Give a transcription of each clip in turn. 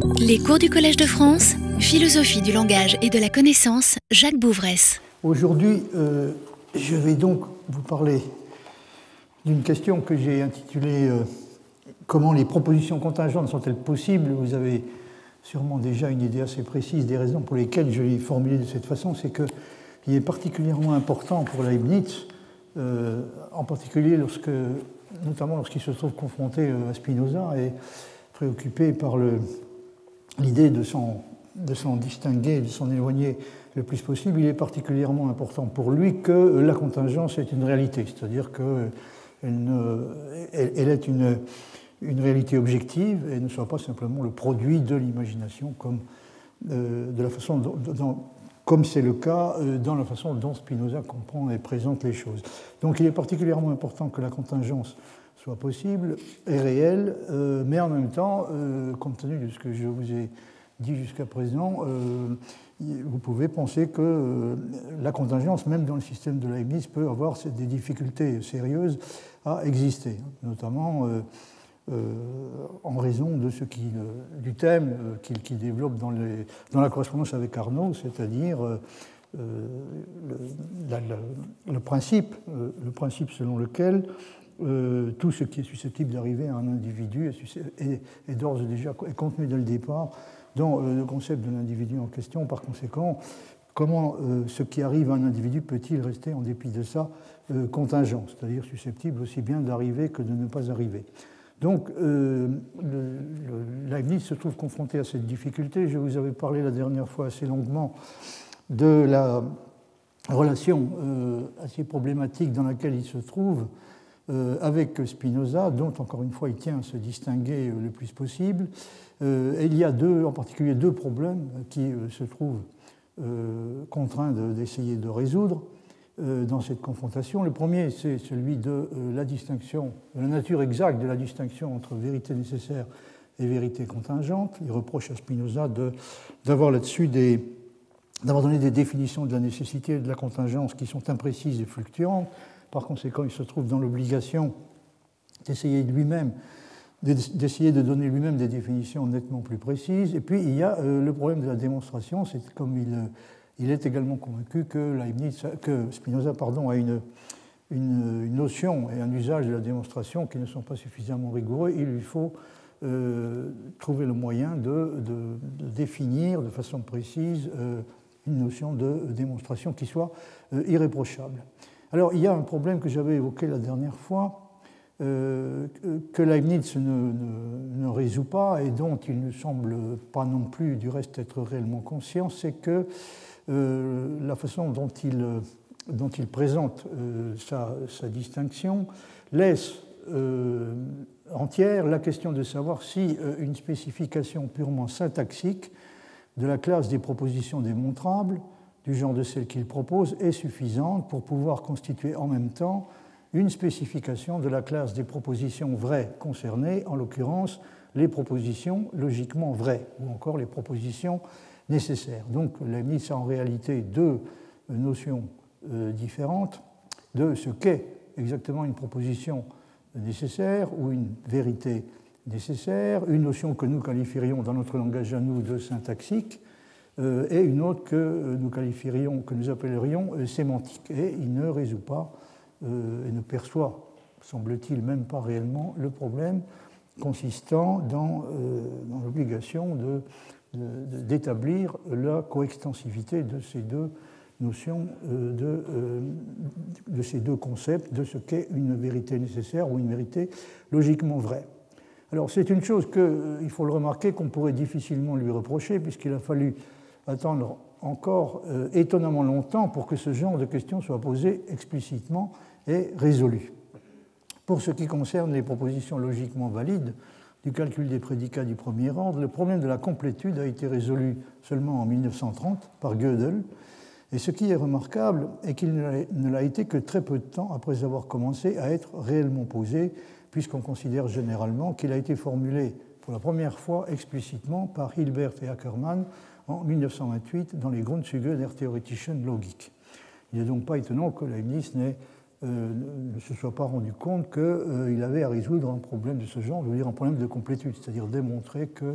Les cours du Collège de France, philosophie du langage et de la connaissance, Jacques Bouvresse. Aujourd'hui, je vais donc vous parler d'une question que j'ai intitulée comment les propositions contingentes sont-elles possibles? Vous avez sûrement déjà une idée assez précise des raisons pour lesquelles je l'ai formulée de cette façon. C'est qu'il est particulièrement important pour Leibniz, en particulier notamment lorsqu'il se trouve confronté à Spinoza et préoccupé par l'idée de s'en distinguer, de s'en éloigner le plus possible. Il est particulièrement important pour lui que la contingence est une réalité, c'est-à-dire qu'elle est une réalité objective et ne soit pas simplement le produit de l'imagination de la façon comme c'est le cas dans la façon dont Spinoza comprend et présente les choses. Donc il est particulièrement important que la contingence soit possible et réelle, mais en même temps, compte tenu de ce que je vous ai dit jusqu'à présent, vous pouvez penser que la contingence, même dans le système de Leibniz, peut avoir des difficultés sérieuses à exister, notamment en raison du thème qu'il développe dans la correspondance avec Arnaud, c'est-à-dire le principe selon lequel tout ce qui est susceptible d'arriver à un individu est d'ores et déjà contenu dès le départ dans le concept de l'individu en question. Par conséquent, comment ce qui arrive à un individu peut-il rester en dépit de sa contingence, c'est-à-dire susceptible aussi bien d'arriver que de ne pas arriver. Donc, Leibniz se trouve confronté à cette difficulté. Je vous avais parlé la dernière fois assez longuement de la relation assez problématique dans laquelle il se trouve avec Spinoza, dont, encore une fois, il tient à se distinguer le plus possible. Et il y a en particulier deux problèmes qui se trouvent contraints d'essayer de résoudre dans cette confrontation. Le premier, c'est celui de la distinction, de la nature exacte de la distinction entre vérité nécessaire et vérité contingente. Il reproche à Spinoza d'avoir là-dessus d'avoir donné des définitions de la nécessité et de la contingence qui sont imprécises et fluctuantes. Par conséquent, il se trouve dans l'obligation d'essayer de donner lui-même des définitions nettement plus précises. Et puis, il y a le problème de la démonstration. C'est comme il est également convaincu que Spinoza a une notion et un usage de la démonstration qui ne sont pas suffisamment rigoureux. Il lui faut trouver le moyen de définir de façon précise une notion de démonstration qui soit irréprochable. Alors, il y a un problème que j'avais évoqué la dernière fois, que Leibniz ne résout pas et dont il ne semble pas non plus, du reste, être réellement conscient, c'est que la façon dont il présente sa distinction laisse entière la question de savoir si une spécification purement syntaxique de la classe des propositions démontrables, du genre de celle qu'il propose, est suffisante pour pouvoir constituer en même temps une spécification de la classe des propositions vraies concernées, en l'occurrence les propositions logiquement vraies, ou encore les propositions nécessaires. Donc Leibniz a en réalité deux notions différentes de ce qu'est exactement une proposition nécessaire ou une vérité nécessaire, une notion que nous qualifierions dans notre langage à nous de syntaxique, et une autre que nous appellerions sémantique. Et il ne résout pas et ne perçoit, semble-t-il, même pas réellement le problème consistant dans l'obligation d'établir la coextensivité de ces deux notions, de ces deux concepts, de ce qu'est une vérité nécessaire ou une vérité logiquement vraie. Alors c'est une chose il faut le remarquer, qu'on pourrait difficilement lui reprocher, puisqu'il a fallu attendre encore étonnamment longtemps pour que ce genre de questions soit posé explicitement et résolu. Pour ce qui concerne les propositions logiquement valides du calcul des prédicats du premier ordre, le problème de la complétude a été résolu seulement en 1930 par Gödel, et ce qui est remarquable est qu'il ne l'a été que très peu de temps après avoir commencé à être réellement posé, puisqu'on considère généralement qu'il a été formulé pour la première fois explicitement par Hilbert et Ackermann en 1928 dans les Grundzüge der theoretischen Logik. Il n'est donc pas étonnant que Leibniz ne se soit pas rendu compte qu'il avait à résoudre un problème de ce genre, je veux dire un problème de complétude, c'est-à-dire démontrer que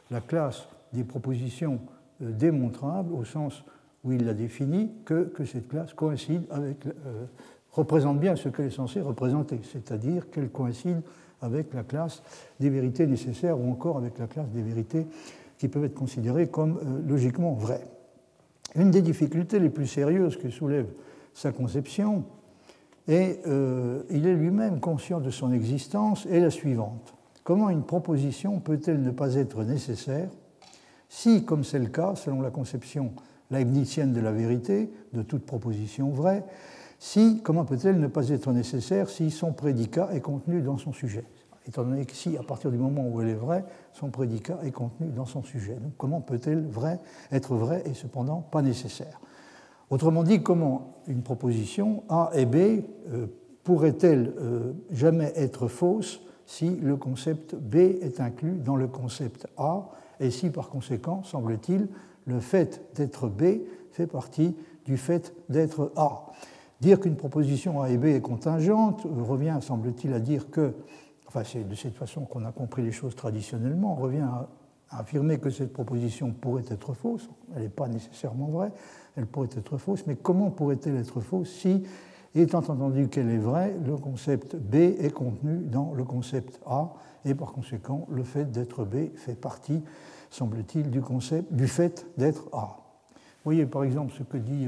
la classe des propositions démontrables au sens où il l'a définie, que cette classe coïncide avec, représente bien ce qu'elle est censée représenter, c'est-à-dire qu'elle coïncide avec la classe des vérités nécessaires ou encore avec la classe des vérités qui peuvent être considérées comme logiquement vraies. Une des difficultés les plus sérieuses que soulève sa conception, et il est lui-même conscient de son existence, est la suivante. Comment une proposition peut-elle ne pas être nécessaire si, comme c'est le cas, selon la conception leibnizienne de la vérité, de toute proposition vraie, comment peut-elle ne pas être nécessaire si son prédicat est contenu dans son sujet, étant donné que si, à partir du moment où elle est vraie, son prédicat est contenu dans son sujet. Donc comment peut-elle être vraie et cependant pas nécessaire? Autrement dit, comment une proposition A et B pourrait-elle jamais être fausse si le concept B est inclus dans le concept A et si par conséquent, semble-t-il, le fait d'être B fait partie du fait d'être A? Dire qu'une proposition A et B est contingente revient, semble-t-il, à dire que, enfin c'est de cette façon qu'on a compris les choses traditionnellement, revient à affirmer que cette proposition pourrait être fausse. Elle n'est pas nécessairement vraie, elle pourrait être fausse, mais comment pourrait-elle être fausse si, étant entendu qu'elle est vraie, le concept B est contenu dans le concept A, et par conséquent, le fait d'être B fait partie, semble-t-il, du fait d'être A. Vous voyez par exemple ce que dit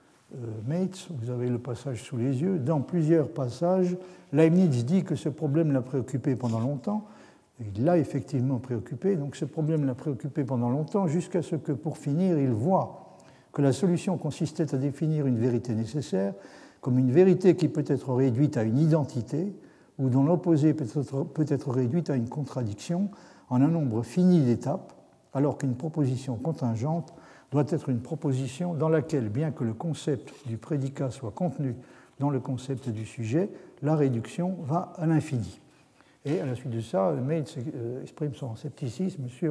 Mates, vous avez le passage sous les yeux. Dans plusieurs passages, Leibniz dit que ce problème l'a préoccupé pendant longtemps. Il l'a effectivement préoccupé, donc ce problème l'a préoccupé pendant longtemps, jusqu'à ce que, pour finir, il voit que la solution consistait à définir une vérité nécessaire comme une vérité qui peut être réduite à une identité ou dont l'opposé peut être réduite à une contradiction en un nombre fini d'étapes, alors qu'une proposition contingente doit être une proposition dans laquelle, bien que le concept du prédicat soit contenu dans le concept du sujet, la réduction va à l'infini. Et à la suite de ça, Mates exprime son scepticisme sur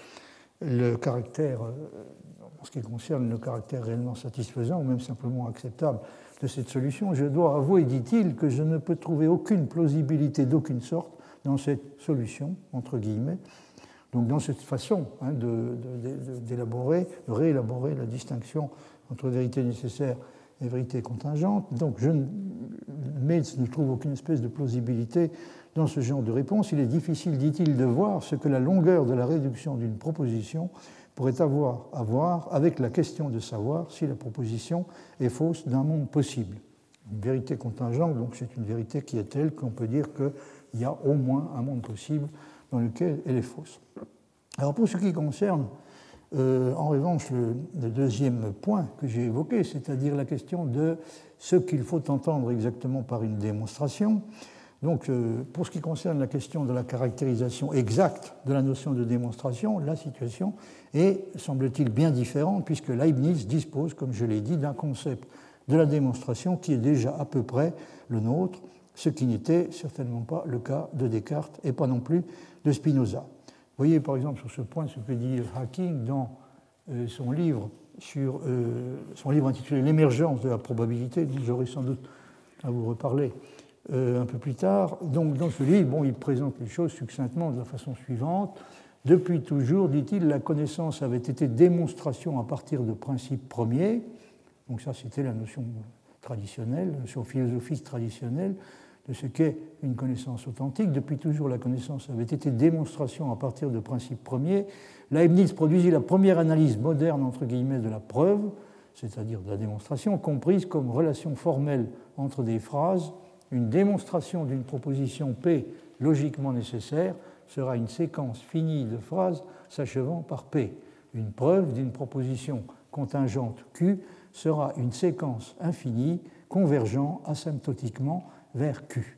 le caractère, en ce qui concerne le caractère réellement satisfaisant ou même simplement acceptable de cette solution. Je dois avouer, dit-il, que je ne peux trouver aucune plausibilité d'aucune sorte dans cette solution, entre guillemets, donc dans cette façon d'élaborer, de réélaborer la distinction entre vérité nécessaire et vérité contingente. Donc Mates ne trouve aucune espèce de plausibilité dans ce genre de réponse. Il est difficile, dit-il, de voir ce que la longueur de la réduction d'une proposition pourrait avoir à voir avec la question de savoir si la proposition est fausse d'un monde possible. Une vérité contingente, donc c'est une vérité qui est telle qu'on peut dire qu'il y a au moins un monde possible dans lequel elle est fausse. Alors pour ce qui concerne, en revanche, le deuxième point que j'ai évoqué, c'est-à-dire la question de ce qu'il faut entendre exactement par une démonstration. Donc pour ce qui concerne la question de la caractérisation exacte de la notion de démonstration, la situation est, semble-t-il, bien différente, puisque Leibniz dispose, comme je l'ai dit, d'un concept de la démonstration qui est déjà à peu près le nôtre, ce qui n'était certainement pas le cas de Descartes et pas non plus de Spinoza. Vous voyez par exemple sur ce point ce que dit Hacking dans son livre intitulé L'émergence de la probabilité, dont j'aurai sans doute à vous reparler un peu plus tard. Donc dans ce livre, il présente les choses succinctement de la façon suivante. Depuis toujours, dit-il, la connaissance avait été démonstration à partir de principes premiers. Donc ça, c'était la notion traditionnelle, la notion philosophique traditionnelle de ce qu'est une connaissance authentique. Depuis toujours, la connaissance avait été démonstration à partir de principes premiers. Leibniz produisit la première analyse moderne, entre guillemets, de la preuve, c'est-à-dire de la démonstration, comprise comme relation formelle entre des phrases. Une démonstration d'une proposition P logiquement nécessaire sera une séquence finie de phrases s'achevant par P. Une preuve d'une proposition contingente Q sera une séquence infinie convergeant asymptotiquement vers Q.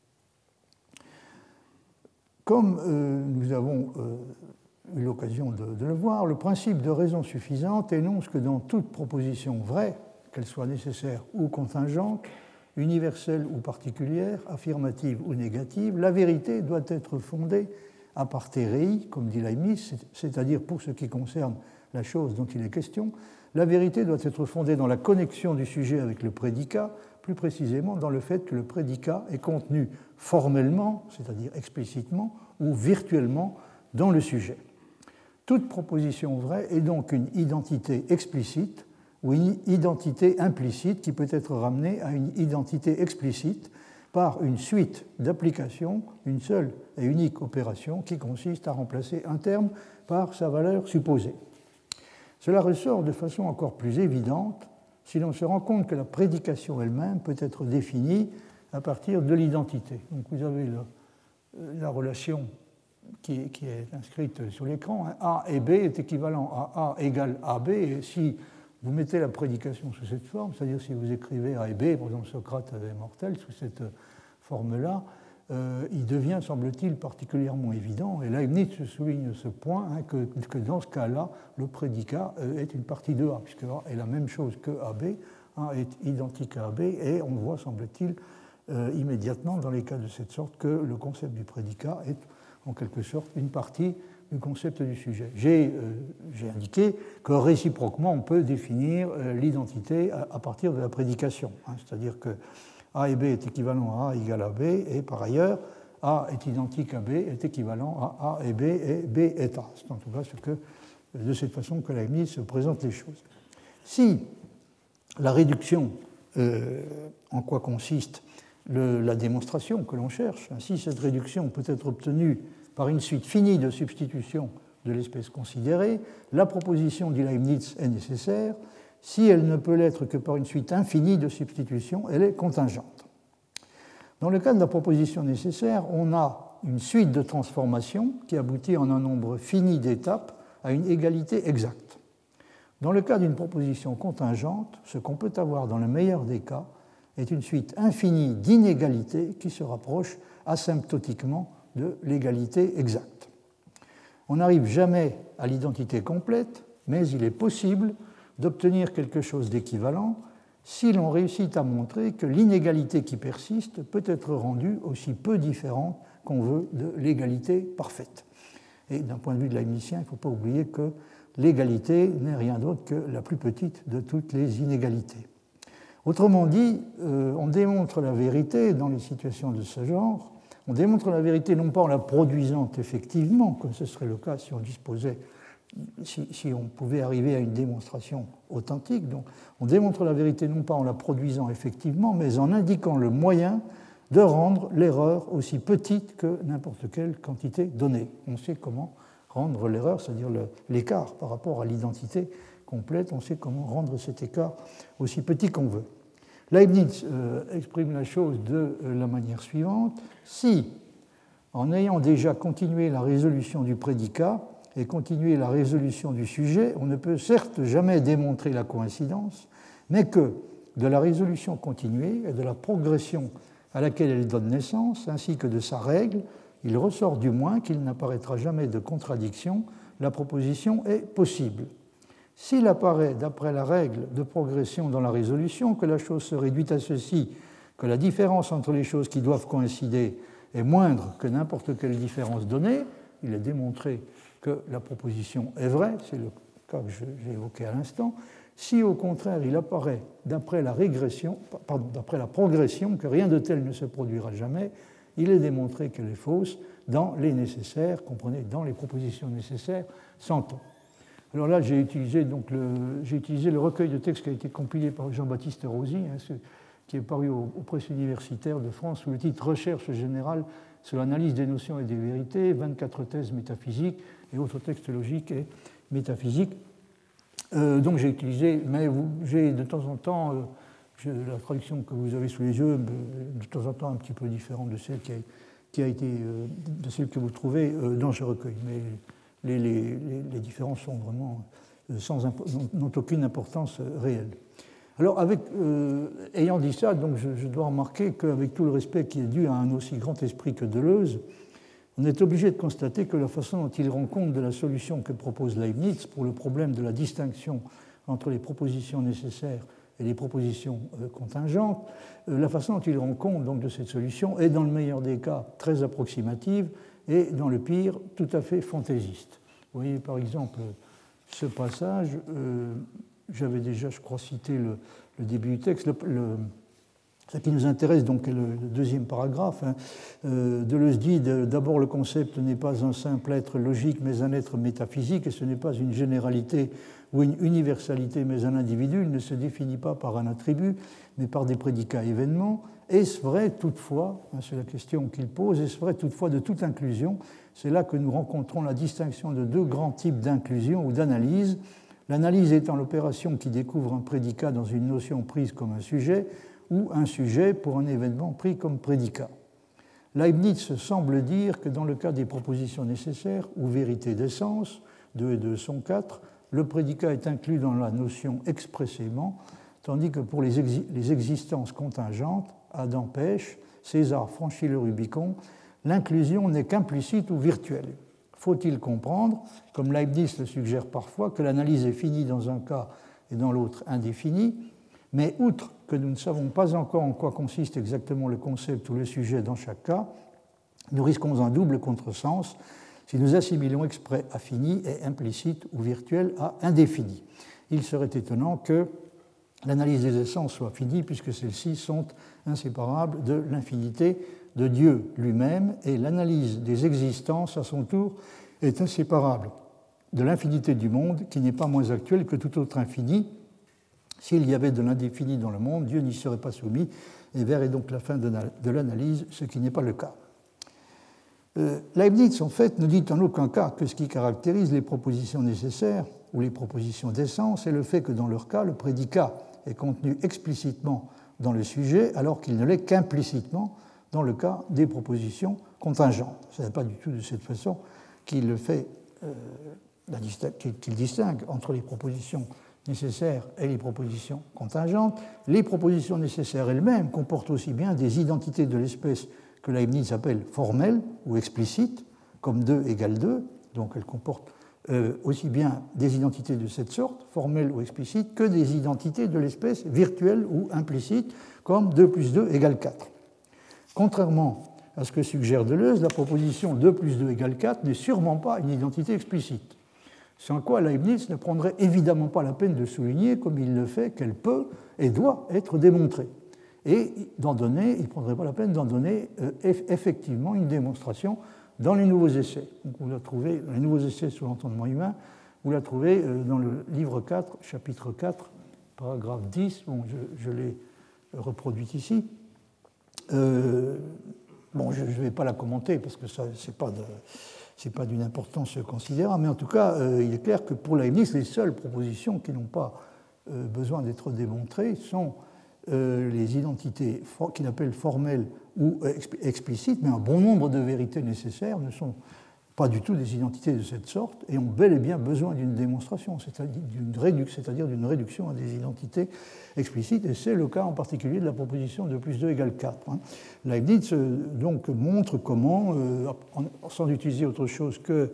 Comme nous avons eu l'occasion de le voir, le principe de raison suffisante énonce que dans toute proposition vraie, qu'elle soit nécessaire ou contingente, universelle ou particulière, affirmative ou négative, la vérité doit être fondée a parte rei, comme dit Leibniz, c'est-à-dire pour ce qui concerne la chose dont il est question, la vérité doit être fondée dans la connexion du sujet avec le prédicat, plus précisément dans le fait que le prédicat est contenu formellement, c'est-à-dire explicitement, ou virtuellement dans le sujet. Toute proposition vraie est donc une identité explicite ou une identité implicite qui peut être ramenée à une identité explicite par une suite d'applications, une seule et unique opération qui consiste à remplacer un terme par sa valeur supposée. Cela ressort de façon encore plus évidente si l'on se rend compte que la prédication elle-même peut être définie à partir de l'identité. Donc vous avez la relation qui est inscrite sur l'écran. A et B est équivalent à A égale AB, et si vous mettez la prédication sous cette forme, c'est-à-dire si vous écrivez A et B, par exemple Socrate est mortel, sous cette forme-là, il devient, semble-t-il, particulièrement évident, et Leibniz souligne ce point, que dans ce cas-là, le prédicat est une partie de A, puisque A est la même chose que AB, A est identique à AB, et on voit, semble-t-il, immédiatement, dans les cas de cette sorte, que le concept du prédicat est en quelque sorte une partie du concept du sujet. J'ai indiqué que réciproquement, on peut définir l'identité à partir de la prédication, c'est-à-dire que A et B est équivalent à A égale à B, et par ailleurs, A est identique à B est équivalent à A et B est A. C'est en tout cas de cette façon que Leibniz se présente les choses. Si la réduction, en quoi consiste la démonstration que l'on cherche, ainsi cette réduction peut être obtenue par une suite finie de substitutions de l'espèce considérée, la proposition du Leibniz est nécessaire. Si elle ne peut l'être que par une suite infinie de substitutions, elle est contingente. Dans le cas de la proposition nécessaire, on a une suite de transformations qui aboutit en un nombre fini d'étapes à une égalité exacte. Dans le cas d'une proposition contingente, ce qu'on peut avoir dans le meilleur des cas est une suite infinie d'inégalités qui se rapprochent asymptotiquement de l'égalité exacte. On n'arrive jamais à l'identité complète, mais il est possible d'obtenir quelque chose d'équivalent si l'on réussit à montrer que l'inégalité qui persiste peut être rendue aussi peu différente qu'on veut de l'égalité parfaite. Et d'un point de vue de leibnizien, il ne faut pas oublier que l'égalité n'est rien d'autre que la plus petite de toutes les inégalités. Autrement dit, on démontre la vérité dans les situations de ce genre. On démontre la vérité non pas en la produisant effectivement, comme ce serait le cas si on disposait, si on pouvait arriver à une démonstration authentique. Donc, on démontre la vérité non pas en la produisant effectivement, mais en indiquant le moyen de rendre l'erreur aussi petite que n'importe quelle quantité donnée. On sait comment rendre l'erreur, c'est-à-dire l'écart par rapport à l'identité complète, on sait comment rendre cet écart aussi petit qu'on veut. Leibniz exprime la chose de la manière suivante. Si, en ayant déjà continué la résolution du prédicat et continué la résolution du sujet, on ne peut certes jamais démontrer la coïncidence, mais que de la résolution continuée et de la progression à laquelle elle donne naissance, ainsi que de sa règle, il ressort du moins qu'il n'apparaîtra jamais de contradiction, la proposition est possible. S'il apparaît, d'après la règle de progression dans la résolution, que la chose se réduit à ceci, que la différence entre les choses qui doivent coïncider est moindre que n'importe quelle différence donnée, il est démontré que la proposition est vraie, c'est le cas que j'ai évoqué à l'instant. Si au contraire il apparaît d'après la progression que rien de tel ne se produira jamais, il est démontré qu'elle est fausse dans les nécessaires, comprenez, dans les propositions nécessaires, s'entend. Alors là, j'ai utilisé le recueil de textes qui a été compilé par Jean-Baptiste Rosy, qui est paru aux presses universitaires de France sous le titre « Recherche générale sur l'analyse des notions et des vérités, 24 thèses métaphysiques et autres textes logiques et métaphysiques ». Donc j'ai utilisé, mais j'ai de temps en temps, la traduction que vous avez sous les yeux, de temps en temps un petit peu différente de celle qui a été, de celle que vous trouvez dans ce recueil. Mais les différences sont vraiment n'ont aucune importance réelle. Alors, ayant dit ça, donc je dois remarquer qu'avec tout le respect qui est dû à un aussi grand esprit que Deleuze, on est obligé de constater que la façon dont il rend compte de la solution que propose Leibniz pour le problème de la distinction entre les propositions nécessaires et les propositions contingentes, la façon dont il rend compte donc, de cette solution est, dans le meilleur des cas, très approximative et, dans le pire, tout à fait fantaisiste. Vous voyez, par exemple, ce passage, j'avais déjà, je crois, cité le début du texte, Ce qui nous intéresse donc est le deuxième paragraphe. Deleuze dit d'abord le concept n'est pas un simple être logique mais un être métaphysique et ce n'est pas une généralité ou une universalité mais un individu. Il ne se définit pas par un attribut mais par des prédicats événements. Est-ce vrai toutefois, c'est la question qu'il pose, est-ce vrai toutefois de toute inclusion? C'est là que nous rencontrons la distinction de deux grands types d'inclusion ou d'analyse. L'analyse étant l'opération qui découvre un prédicat dans une notion prise comme un sujet ou un sujet pour un événement pris comme prédicat. Leibniz semble dire que dans le cas des propositions nécessaires ou vérités d'essence, 2 et 2 sont 4, le prédicat est inclus dans la notion expressément, tandis que pour les existences contingentes, Adam pêche, César franchit le Rubicon, l'inclusion n'est qu'implicite ou virtuelle. Faut-il comprendre, comme Leibniz le suggère parfois, que l'analyse est finie dans un cas et dans l'autre indéfinie, mais outre que nous ne savons pas encore en quoi consiste exactement le concept ou le sujet dans chaque cas, nous risquons un double contresens si nous assimilons exprès à fini et implicite ou virtuel à indéfini. Il serait étonnant que l'analyse des essences soit finie puisque celles-ci sont inséparables de l'infinité de Dieu lui-même et l'analyse des existences à son tour est inséparable de l'infinité du monde qui n'est pas moins actuelle que tout autre infini. S'il y avait de l'indéfini dans le monde, Dieu n'y serait pas soumis et verrait donc la fin de l'analyse, ce qui n'est pas le cas. Leibniz, en fait, ne dit en aucun cas que ce qui caractérise les propositions nécessaires ou les propositions d'essence est le fait que dans leur cas, le prédicat est contenu explicitement dans le sujet alors qu'il ne l'est qu'implicitement dans le cas des propositions contingentes. Ce n'est pas du tout de cette façon qu'il distingue entre les propositions nécessaires et les propositions contingentes. Les propositions nécessaires elles-mêmes comportent aussi bien des identités de l'espèce que Leibniz appelle formelles ou explicites, comme 2 égale 2, donc elles comportent aussi bien des identités de cette sorte, formelles ou explicites, que des identités de l'espèce virtuelles ou implicites, comme 2 plus 2 égale 4. Contrairement à ce que suggère Deleuze, la proposition 2 plus 2 égale 4 n'est sûrement pas une identité explicite. Sans quoi Leibniz ne prendrait évidemment pas la peine de souligner, comme il le fait, qu'elle peut et doit être démontrée. Et il ne prendrait pas la peine d'en donner effectivement une démonstration dans les nouveaux essais. Donc vous la trouvez dans les nouveaux essais sur l'entendement humain, vous la trouvez dans le livre 4, chapitre 4, paragraphe 10. Bon, je l'ai reproduite ici. Je ne vais pas la commenter parce que ce n'est pas d'une importance considérable, mais en tout cas, il est clair que pour Leibniz, les seules propositions qui n'ont pas besoin d'être démontrées sont les identités qu'il appelle formelles ou explicites, mais un bon nombre de vérités nécessaires ne sont pas du tout des identités de cette sorte et ont bel et bien besoin d'une démonstration, c'est-à-dire d'une réduction à des identités explicites, et c'est le cas en particulier de la proposition 2 plus 2 égale 4. Leibniz donc montre comment, sans utiliser autre chose que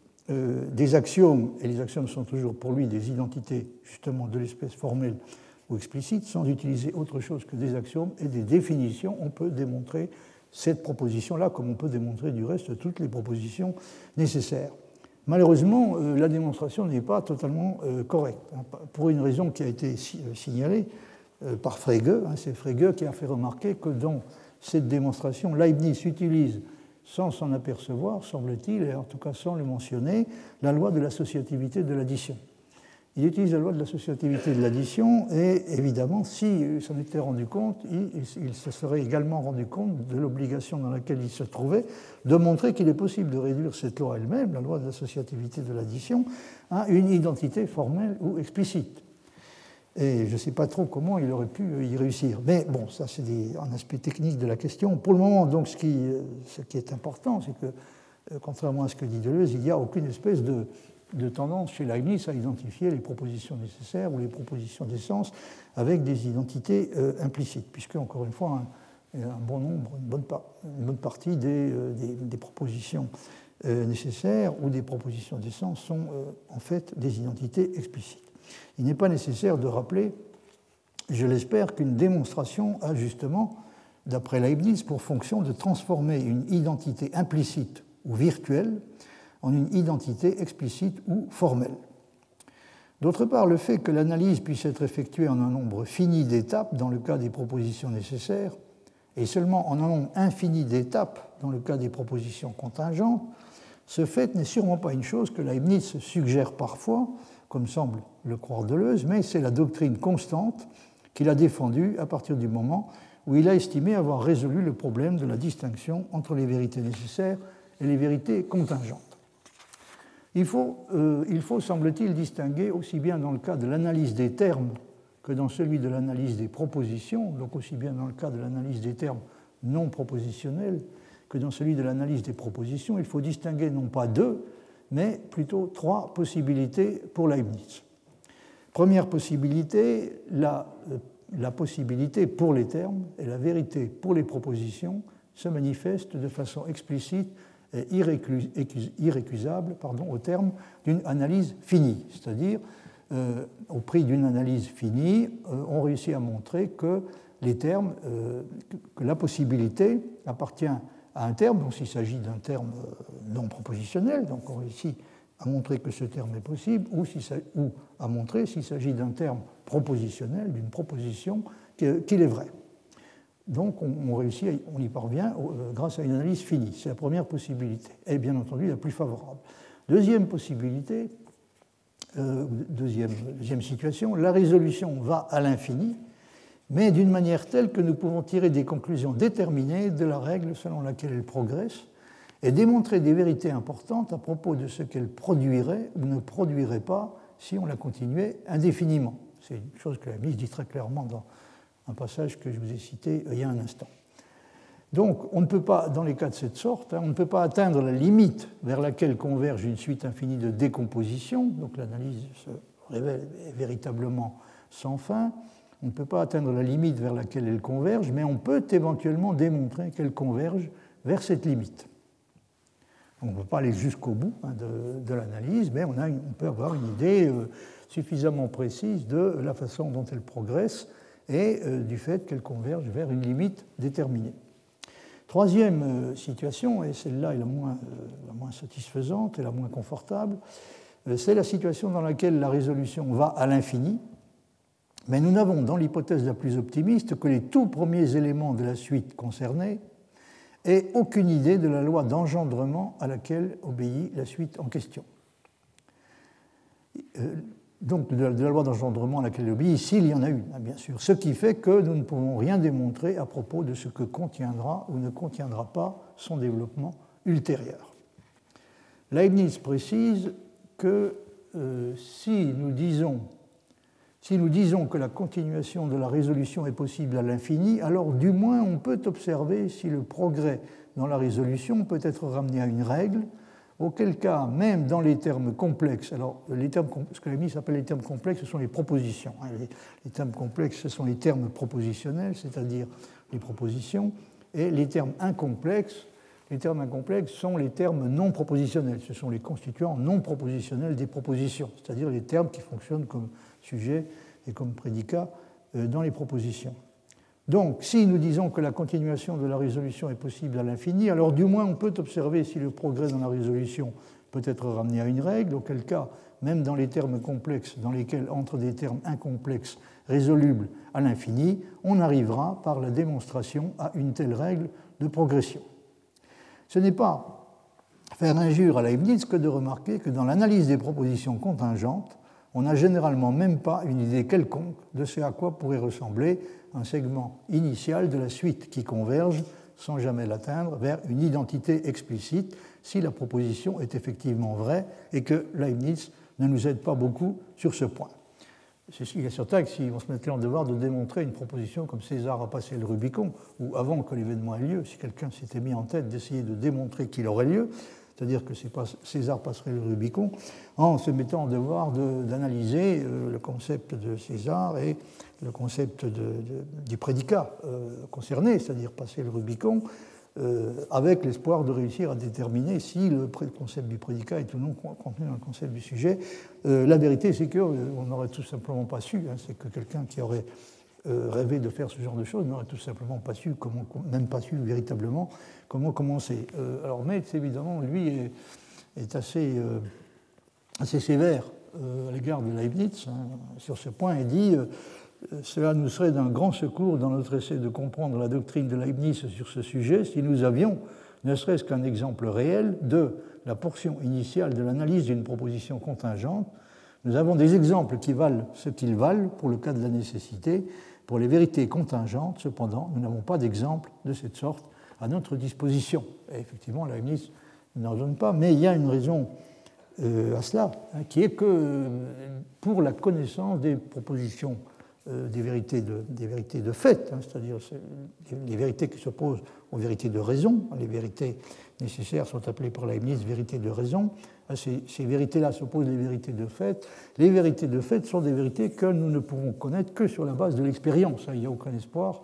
des axiomes, et les axiomes sont toujours pour lui des identités justement de l'espèce formelle ou explicite, sans utiliser autre chose que des axiomes et des définitions, on peut démontrer cette proposition-là, comme on peut démontrer du reste toutes les propositions nécessaires. Malheureusement, la démonstration n'est pas totalement correcte, pour une raison qui a été signalée par Frege. C'est Frege qui a fait remarquer que dans cette démonstration, Leibniz utilise, sans s'en apercevoir, semble-t-il, et en tout cas sans le mentionner, la loi de l'associativité de l'addition. Il utilise la loi de l'associativité de l'addition et évidemment, s'il s'en était rendu compte, il se serait également rendu compte de l'obligation dans laquelle il se trouvait de montrer qu'il est possible de réduire cette loi elle-même, la loi de l'associativité de l'addition, à une identité formelle ou explicite. Et je ne sais pas trop comment il aurait pu y réussir. Mais bon, ça c'est un aspect technique de la question. Pour le moment, donc, ce qui est important, c'est que, contrairement à ce que dit Deleuze, il n'y a aucune espèce de tendance chez Leibniz à identifier les propositions nécessaires ou les propositions d'essence avec des identités implicites, puisque, encore une fois, un bon nombre, une bonne partie des propositions nécessaires ou des propositions d'essence sont en fait des identités explicites. Il n'est pas nécessaire de rappeler, je l'espère, qu'une démonstration a justement, d'après Leibniz, pour fonction de transformer une identité implicite ou virtuelle en une identité explicite ou formelle. D'autre part, le fait que l'analyse puisse être effectuée en un nombre fini d'étapes dans le cas des propositions nécessaires et seulement en un nombre infini d'étapes dans le cas des propositions contingentes, ce fait n'est sûrement pas une chose que Leibniz suggère parfois, comme semble le croire Deleuze, mais c'est la doctrine constante qu'il a défendue à partir du moment où il a estimé avoir résolu le problème de la distinction entre les vérités nécessaires et les vérités contingentes. Il faut, semble-t-il, distinguer aussi bien dans le cas de l'analyse des termes que dans celui de l'analyse des propositions, donc aussi bien dans le cas de l'analyse des termes non propositionnels que dans celui de l'analyse des propositions, il faut distinguer non pas deux, mais plutôt trois possibilités pour Leibniz. Première possibilité, la possibilité pour les termes et la vérité pour les propositions se manifestent de façon explicite et irrécusable au terme d'une analyse finie, c'est-à-dire au prix d'une analyse finie, on réussit à montrer que les termes, que la possibilité appartient à un terme, donc s'il s'agit d'un terme non propositionnel, donc on réussit à montrer que ce terme est possible, ou à montrer s'il s'agit d'un terme propositionnel, d'une proposition, qu'il est vrai. Donc on réussit, on y parvient grâce à une analyse finie. C'est la première possibilité, et bien entendu la plus favorable. Deuxième possibilité, deuxième situation, la résolution va à l'infini, mais d'une manière telle que nous pouvons tirer des conclusions déterminées de la règle selon laquelle elle progresse et démontrer des vérités importantes à propos de ce qu'elle produirait ou ne produirait pas si on la continuait indéfiniment. C'est une chose que Leibniz dit très clairement dans un passage que je vous ai cité il y a un instant. Donc, on ne peut pas, dans les cas de cette sorte, on ne peut pas atteindre la limite vers laquelle converge une suite infinie de décomposition, donc l'analyse se révèle véritablement sans fin. On ne peut pas atteindre la limite vers laquelle elle converge, mais on peut éventuellement démontrer qu'elle converge vers cette limite. On ne peut pas aller jusqu'au bout de l'analyse, mais on peut avoir une idée suffisamment précise de la façon dont elle progresse et du fait qu'elle converge vers une limite déterminée. Troisième situation, et celle-là est la moins satisfaisante et la moins confortable, c'est la situation dans laquelle la résolution va à l'infini, mais nous n'avons dans l'hypothèse la plus optimiste que les tout premiers éléments de la suite concernée et aucune idée de la loi d'engendrement à laquelle obéit la suite en question. Donc de la loi d'engendrement à laquelle elle obéit, ici il y en a une, bien sûr, ce qui fait que nous ne pouvons rien démontrer à propos de ce que contiendra ou ne contiendra pas son développement ultérieur. Leibniz précise que si nous disons que la continuation de la résolution est possible à l'infini, alors du moins on peut observer si le progrès dans la résolution peut être ramené à une règle, auquel cas, même dans les termes complexes, alors ce que Leibniz appelle les termes complexes, ce sont les propositions. Les termes complexes, ce sont les termes propositionnels, c'est-à-dire les propositions, et les termes incomplexes sont les termes non propositionnels, ce sont les constituants non propositionnels des propositions, c'est-à-dire les termes qui fonctionnent comme sujet et comme prédicat dans les propositions. Donc, si nous disons que la continuation de la résolution est possible à l'infini, alors du moins on peut observer si le progrès dans la résolution peut être ramené à une règle, auquel cas, même dans les termes complexes dans lesquels entrent des termes incomplexes résolubles à l'infini, on arrivera par la démonstration à une telle règle de progression. Ce n'est pas faire injure à Leibniz que de remarquer que dans l'analyse des propositions contingentes, on n'a généralement même pas une idée quelconque de ce à quoi pourrait ressembler un segment initial de la suite qui converge, sans jamais l'atteindre, vers une identité explicite si la proposition est effectivement vraie et que Leibniz ne nous aide pas beaucoup sur ce point. Il est certain que si on se mettait en devoir de démontrer une proposition comme César a passé le Rubicon, ou avant que l'événement ait lieu, si quelqu'un s'était mis en tête d'essayer de démontrer qu'il aurait lieu, c'est-à-dire que César passerait le Rubicon, en se mettant en devoir d'analyser le concept de César et le concept du prédicat concerné, c'est-à-dire passer le Rubicon, avec l'espoir de réussir à déterminer si le concept du prédicat est ou non contenu dans le concept du sujet. La vérité, c'est qu'on n'aurait tout simplement pas su, c'est que quelqu'un qui aurait rêvé de faire ce genre de choses n'aurait tout simplement pas su, même pas su véritablement comment commencer. Alors Metz, évidemment, lui, est assez sévère à l'égard de Leibniz sur ce point et dit cela nous serait d'un grand secours dans notre essai de comprendre la doctrine de Leibniz sur ce sujet si nous avions, ne serait-ce qu'un exemple réel, de la portion initiale de l'analyse d'une proposition contingente. Nous avons des exemples qui valent ce qu'ils valent pour le cas de la nécessité. Pour les vérités contingentes, cependant, nous n'avons pas d'exemple de cette sorte à notre disposition. Et effectivement, Leibniz n'en donne pas, mais il y a une raison à cela, qui est que pour la connaissance des propositions des vérités de fait, c'est-à-dire les vérités qui s'opposent aux vérités de raison, les vérités nécessaires sont appelées par Leibniz vérités de raison, ces vérités-là s'opposent aux vérités de fait. Les vérités de fait sont des vérités que nous ne pouvons connaître que sur la base de l'expérience. Il n'y a aucun espoir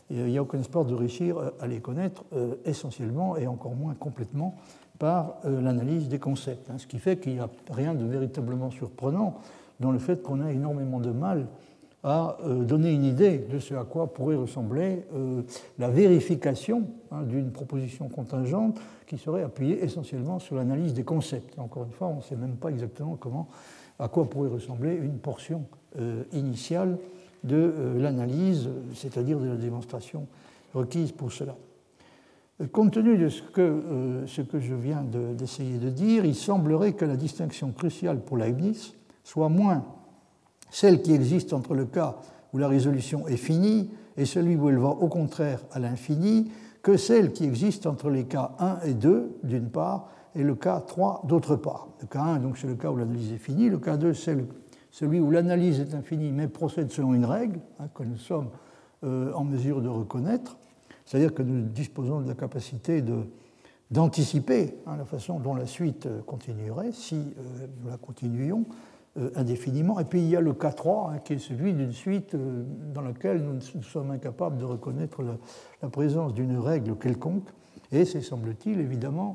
de réussir à les connaître essentiellement et encore moins complètement par l'analyse des concepts. Ce qui fait qu'il n'y a rien de véritablement surprenant dans le fait qu'on a énormément de mal à donner une idée de ce à quoi pourrait ressembler la vérification d'une proposition contingente qui serait appuyée essentiellement sur l'analyse des concepts. Et encore une fois, on ne sait même pas exactement à quoi pourrait ressembler une portion initiale de l'analyse, c'est-à-dire de la démonstration requise pour cela. Compte tenu de ce que je viens d'essayer de dire, il semblerait que la distinction cruciale pour Leibniz soit moins celle qui existe entre le cas où la résolution est finie et celui où elle va au contraire à l'infini, que celle qui existe entre les cas 1 et 2, d'une part, et le cas 3, d'autre part. Le cas 1, donc, c'est le cas où l'analyse est finie. Le cas 2, c'est celui où l'analyse est infinie, mais procède selon une règle que nous sommes en mesure de reconnaître. C'est-à-dire que nous disposons de la capacité d'anticiper la façon dont la suite continuerait, si nous la continuions indéfiniment. Et puis il y a le cas 3, qui est celui d'une suite dans laquelle nous sommes incapables de reconnaître la présence d'une règle quelconque. Et c'est, semble-t-il, évidemment,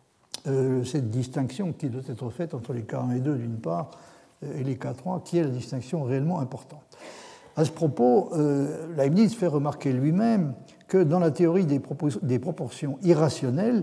cette distinction qui doit être faite entre les cas 1 et 2 d'une part et les cas 3 qui est la distinction réellement importante. À ce propos, Leibniz fait remarquer lui-même que dans la théorie des proportions irrationnelles,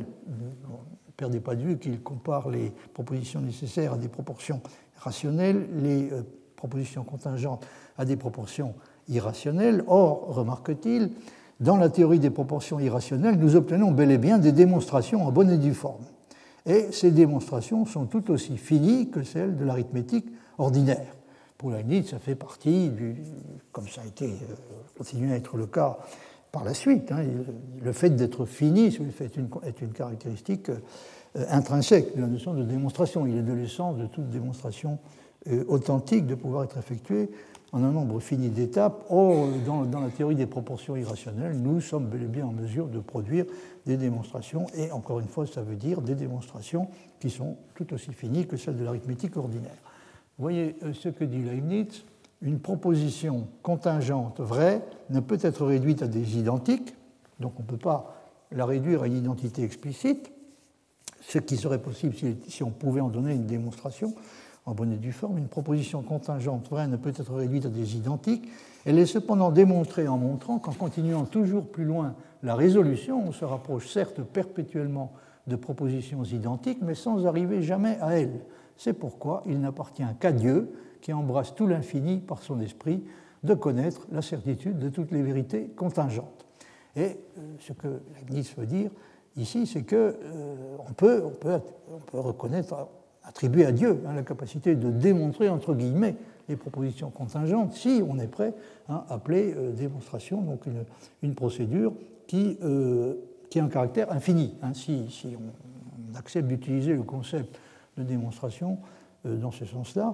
ne perdez pas de vue qu'il compare les propositions nécessaires à des proportions rationnelles, les propositions contingentes à des proportions irrationnelles. Or, remarque-t-il, dans la théorie des proportions irrationnelles, nous obtenons bel et bien des démonstrations en bonne et due forme. Et ces démonstrations sont tout aussi finies que celles de l'arithmétique ordinaire. Pour Leibniz, ça fait partie, comme ça a été continué à être le cas par la suite. Le fait d'être fini est une caractéristique intrinsèque de la notion de démonstration. Il est de l'essence de toute démonstration authentique de pouvoir être effectuée en un nombre fini d'étapes. Or, dans la théorie des proportions irrationnelles, nous sommes bel et bien en mesure de produire des démonstrations, et encore une fois, ça veut dire des démonstrations qui sont tout aussi finies que celles de l'arithmétique ordinaire. Vous voyez ce que dit Leibniz, une proposition contingente vraie ne peut être réduite à des identiques, donc on ne peut pas la réduire à une identité explicite, ce qui serait possible si on pouvait en donner une démonstration en bonne et due forme. Une proposition contingente vraie ne peut être réduite à des identiques. Elle est cependant démontrée en montrant qu'en continuant toujours plus loin la résolution, on se rapproche certes perpétuellement de propositions identiques, mais sans arriver jamais à elles. C'est pourquoi il n'appartient qu'à Dieu, qui embrasse tout l'infini par son esprit, de connaître la certitude de toutes les vérités contingentes. Et ce que Leibniz veut dire ici, c'est qu'on peut reconnaître, attribuer à Dieu la capacité de démontrer, entre guillemets, les propositions contingentes, si on est prêt à appeler démonstration, donc une procédure qui a un caractère infini. Si on accepte d'utiliser le concept de démonstration dans ce sens-là,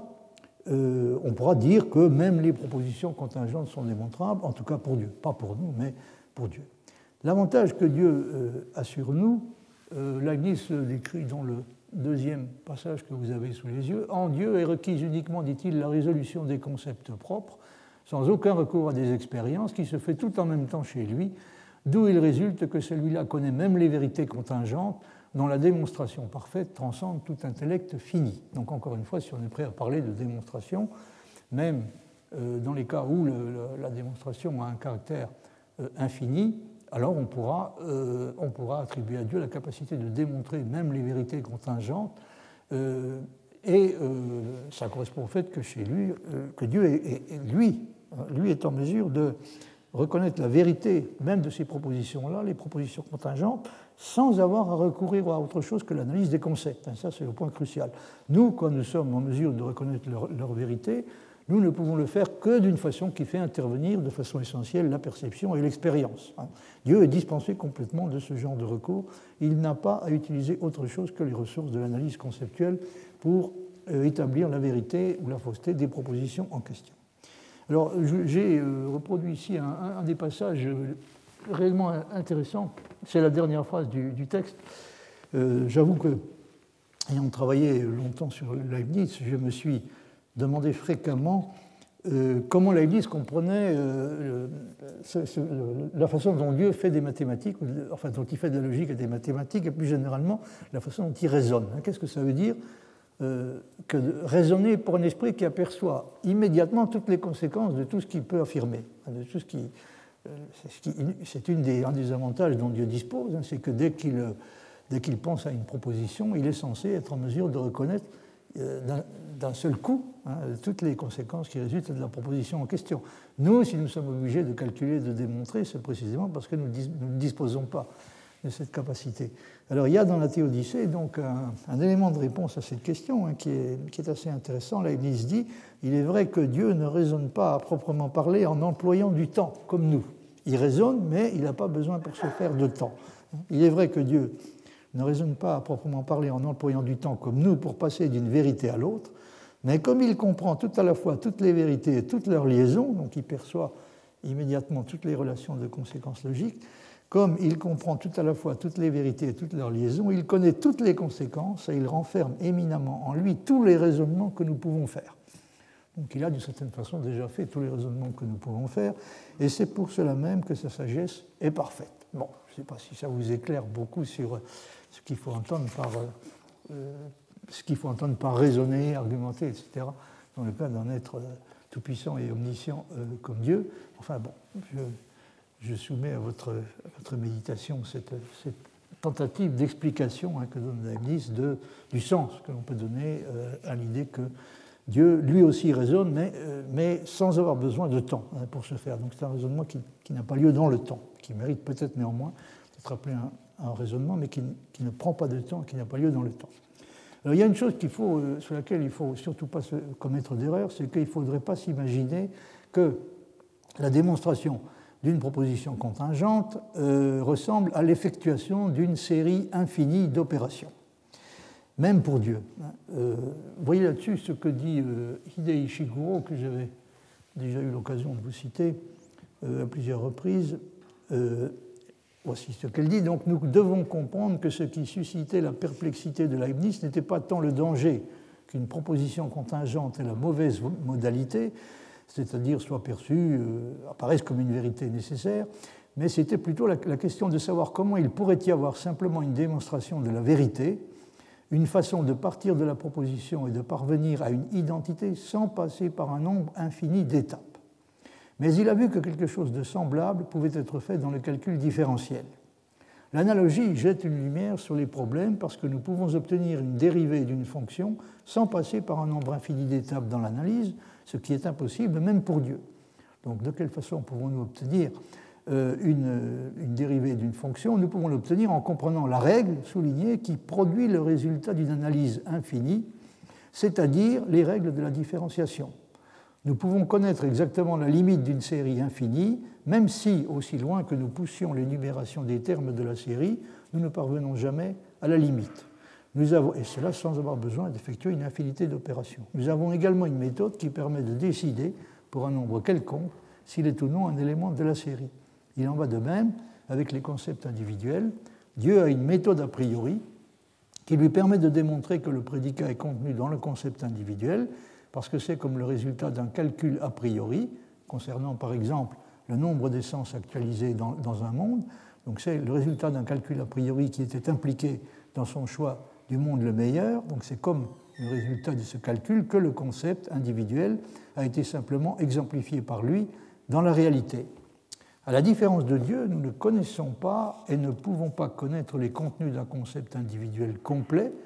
on pourra dire que même les propositions contingentes sont démontrables, en tout cas pour Dieu. Pas pour nous, mais pour Dieu. L'avantage que Dieu a sur nous, Leibniz le décrit dans le deuxième passage que vous avez sous les yeux. En Dieu est requise uniquement, dit-il, la résolution des concepts propres, sans aucun recours à des expériences, qui se fait tout en même temps chez lui, d'où il résulte que celui-là connaît même les vérités contingentes, dont la démonstration parfaite transcende tout intellect fini. Donc encore une fois, si on est prêt à parler de démonstration, même dans les cas où la démonstration a un caractère infini, alors on pourra attribuer à Dieu la capacité de démontrer même les vérités contingentes, Et ça correspond au fait que chez lui, que Dieu lui est en mesure de reconnaître la vérité même de ces propositions-là, les propositions contingentes, sans avoir à recourir à autre chose que l'analyse des concepts. Ça, c'est le point crucial. Nous, quand nous sommes en mesure de reconnaître leur vérité, nous ne pouvons le faire que d'une façon qui fait intervenir de façon essentielle la perception et l'expérience. Dieu est dispensé complètement de ce genre de recours. Il n'a pas à utiliser autre chose que les ressources de l'analyse conceptuelle pour établir la vérité ou la fausseté des propositions en question. Alors, j'ai reproduit ici un des passages réellement intéressants. C'est la dernière phrase du texte. J'avoue que, ayant travaillé longtemps sur Leibniz, je me suis demandé fréquemment comment Leibniz comprenait la façon dont Dieu fait des mathématiques, enfin dont il fait de la logique et des mathématiques, et plus généralement la façon dont il raisonne. Qu'est-ce que ça veut dire que de raisonner pour un esprit qui aperçoit immédiatement toutes les conséquences de tout ce qu'il peut affirmer, de tout ce qui, c'est un des avantages dont Dieu dispose, c'est que dès qu'il pense à une proposition, il est censé être en mesure de reconnaître d'un seul coup toutes les conséquences qui résultent de la proposition en question. Nous, si nous sommes obligés de calculer, de démontrer, c'est précisément parce que nous ne disposons pas de cette capacité. Alors il y a dans la Théodicée donc un élément de réponse à cette question qui est assez intéressant. Leibniz dit « Il est vrai que Dieu ne raisonne pas à proprement parler en employant du temps, comme nous. Il raisonne, mais il n'a pas besoin pour se faire de temps. Il est vrai que Dieu ne raisonne pas à proprement parler en employant du temps comme nous pour passer d'une vérité à l'autre, mais comme il comprend tout à la fois toutes les vérités et toutes leurs liaisons, donc il perçoit immédiatement toutes les relations de conséquences logiques, comme il comprend tout à la fois toutes les vérités et toutes leurs liaisons, il connaît toutes les conséquences et il renferme éminemment en lui tous les raisonnements que nous pouvons faire. Donc il a d'une certaine façon déjà fait tous les raisonnements que nous pouvons faire, et c'est pour cela même que sa sagesse est parfaite. Bon, je ne sais pas si ça vous éclaire beaucoup sur ce qu'il faut entendre par raisonner, argumenter, etc., dans le cas d'un être tout-puissant et omniscient comme Dieu. Enfin bon, je soumets à votre méditation cette tentative d'explication que donne Leibniz du sens que l'on peut donner à l'idée que Dieu, lui aussi, raisonne, mais sans avoir besoin de temps pour ce faire. Donc c'est un raisonnement qui n'a pas lieu dans le temps, qui mérite peut-être néanmoins d'être appelé un raisonnement, mais qui ne prend pas de temps, qui n'a pas lieu dans le temps. Alors il y a une chose sur laquelle il ne faut surtout pas se commettre d'erreur, c'est qu'il ne faudrait pas s'imaginer que la démonstration d'une proposition contingente ressemble à l'effectuation d'une série infinie d'opérations, même pour Dieu. Vous voyez là-dessus ce que dit Hidei Ishiguro, que j'avais déjà eu l'occasion de vous citer à plusieurs reprises. Voici ce qu'elle dit. Donc nous devons comprendre que ce qui suscitait la perplexité de Leibniz n'était pas tant le danger qu'une proposition contingente ait la mauvaise modalité, c'est-à-dire soit perçue, apparaisse comme une vérité nécessaire, mais c'était plutôt la question de savoir comment il pourrait y avoir simplement une démonstration de la vérité, une façon de partir de la proposition et de parvenir à une identité sans passer par un nombre infini d'étapes. Mais il a vu que quelque chose de semblable pouvait être fait dans le calcul différentiel. L'analogie jette une lumière sur les problèmes parce que nous pouvons obtenir une dérivée d'une fonction sans passer par un nombre infini d'étapes dans l'analyse, ce qui est impossible même pour Dieu. Donc de quelle façon pouvons-nous obtenir une dérivée d'une fonction? Nous pouvons l'obtenir en comprenant la règle soulignée qui produit le résultat d'une analyse infinie, c'est-à-dire les règles de la différenciation. Nous pouvons connaître exactement la limite d'une série infinie, même si, aussi loin que nous poussions l'énumération des termes de la série, nous ne parvenons jamais à la limite. Et cela sans avoir besoin d'effectuer une infinité d'opérations. Nous avons également une méthode qui permet de décider, pour un nombre quelconque, s'il est ou non un élément de la série. Il en va de même avec les concepts individuels. Dieu a une méthode a priori qui lui permet de démontrer que le prédicat est contenu dans le concept individuel, parce que c'est comme le résultat d'un calcul a priori, concernant par exemple le nombre d'essences actualisées dans un monde. Donc c'est le résultat d'un calcul a priori qui était impliqué dans son choix du monde le meilleur. Donc c'est comme le résultat de ce calcul que le concept individuel a été simplement exemplifié par lui dans la réalité. À la différence de Dieu, nous ne connaissons pas et ne pouvons pas connaître les contenus d'un concept individuel complet,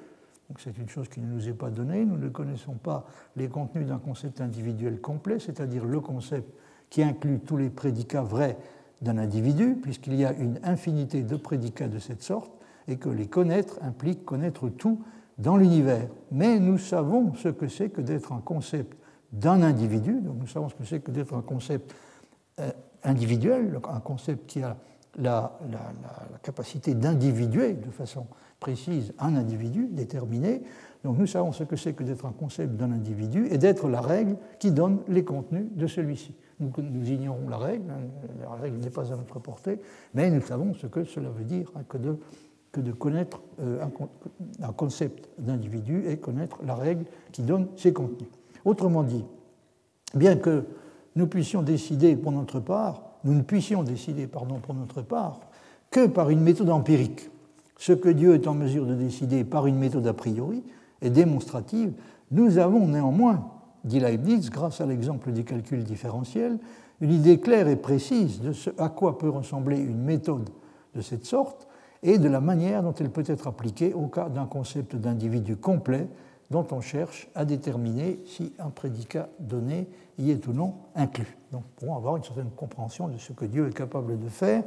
Donc c'est une chose qui ne nous est pas donnée. Nous ne connaissons pas les contenus d'un concept individuel complet, c'est-à-dire le concept qui inclut tous les prédicats vrais d'un individu, puisqu'il y a une infinité de prédicats de cette sorte, et que les connaître implique connaître tout dans l'univers. Mais nous savons ce que c'est que d'être un concept d'un individu, donc nous savons ce que c'est que d'être un concept individuel, un concept qui a la capacité d'individuer de façon précise un individu déterminé. Donc nous savons ce que c'est que d'être un concept d'un individu et d'être la règle qui donne les contenus de celui-ci. Nous ignorons la règle n'est pas à notre portée, mais nous savons ce que cela veut dire que de connaître un concept d'individu et connaître la règle qui donne ses contenus. Autrement dit, bien que nous puissions décider pour notre part, nous ne puissions décider pour notre part que par une méthode empirique. Ce que Dieu est en mesure de décider par une méthode a priori et démonstrative, nous avons néanmoins, dit Leibniz, grâce à l'exemple du calcul différentiel, une idée claire et précise de ce à quoi peut ressembler une méthode de cette sorte et de la manière dont elle peut être appliquée au cas d'un concept d'individu complet dont on cherche à déterminer si un prédicat donné y est ou non inclus. Donc, pour avoir une certaine compréhension de ce que Dieu est capable de faire,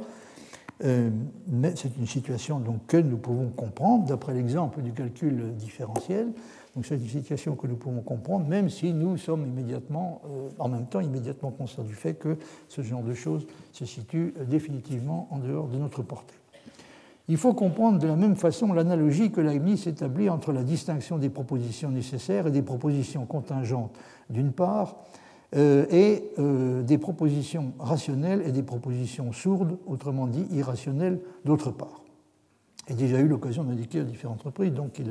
mais c'est une situation donc, que nous pouvons comprendre d'après l'exemple du calcul différentiel. Donc, c'est une situation que nous pouvons comprendre, même si nous sommes immédiatement, en même temps, immédiatement conscients du fait que ce genre de choses se situe définitivement en dehors de notre portée. Il faut comprendre de la même façon l'analogie que Leibniz établit entre la distinction des propositions nécessaires et des propositions contingentes, d'une part, et des propositions rationnelles et des propositions sourdes, autrement dit irrationnelles, d'autre part. J'ai déjà eu l'occasion d'indiquer à différentes reprises, donc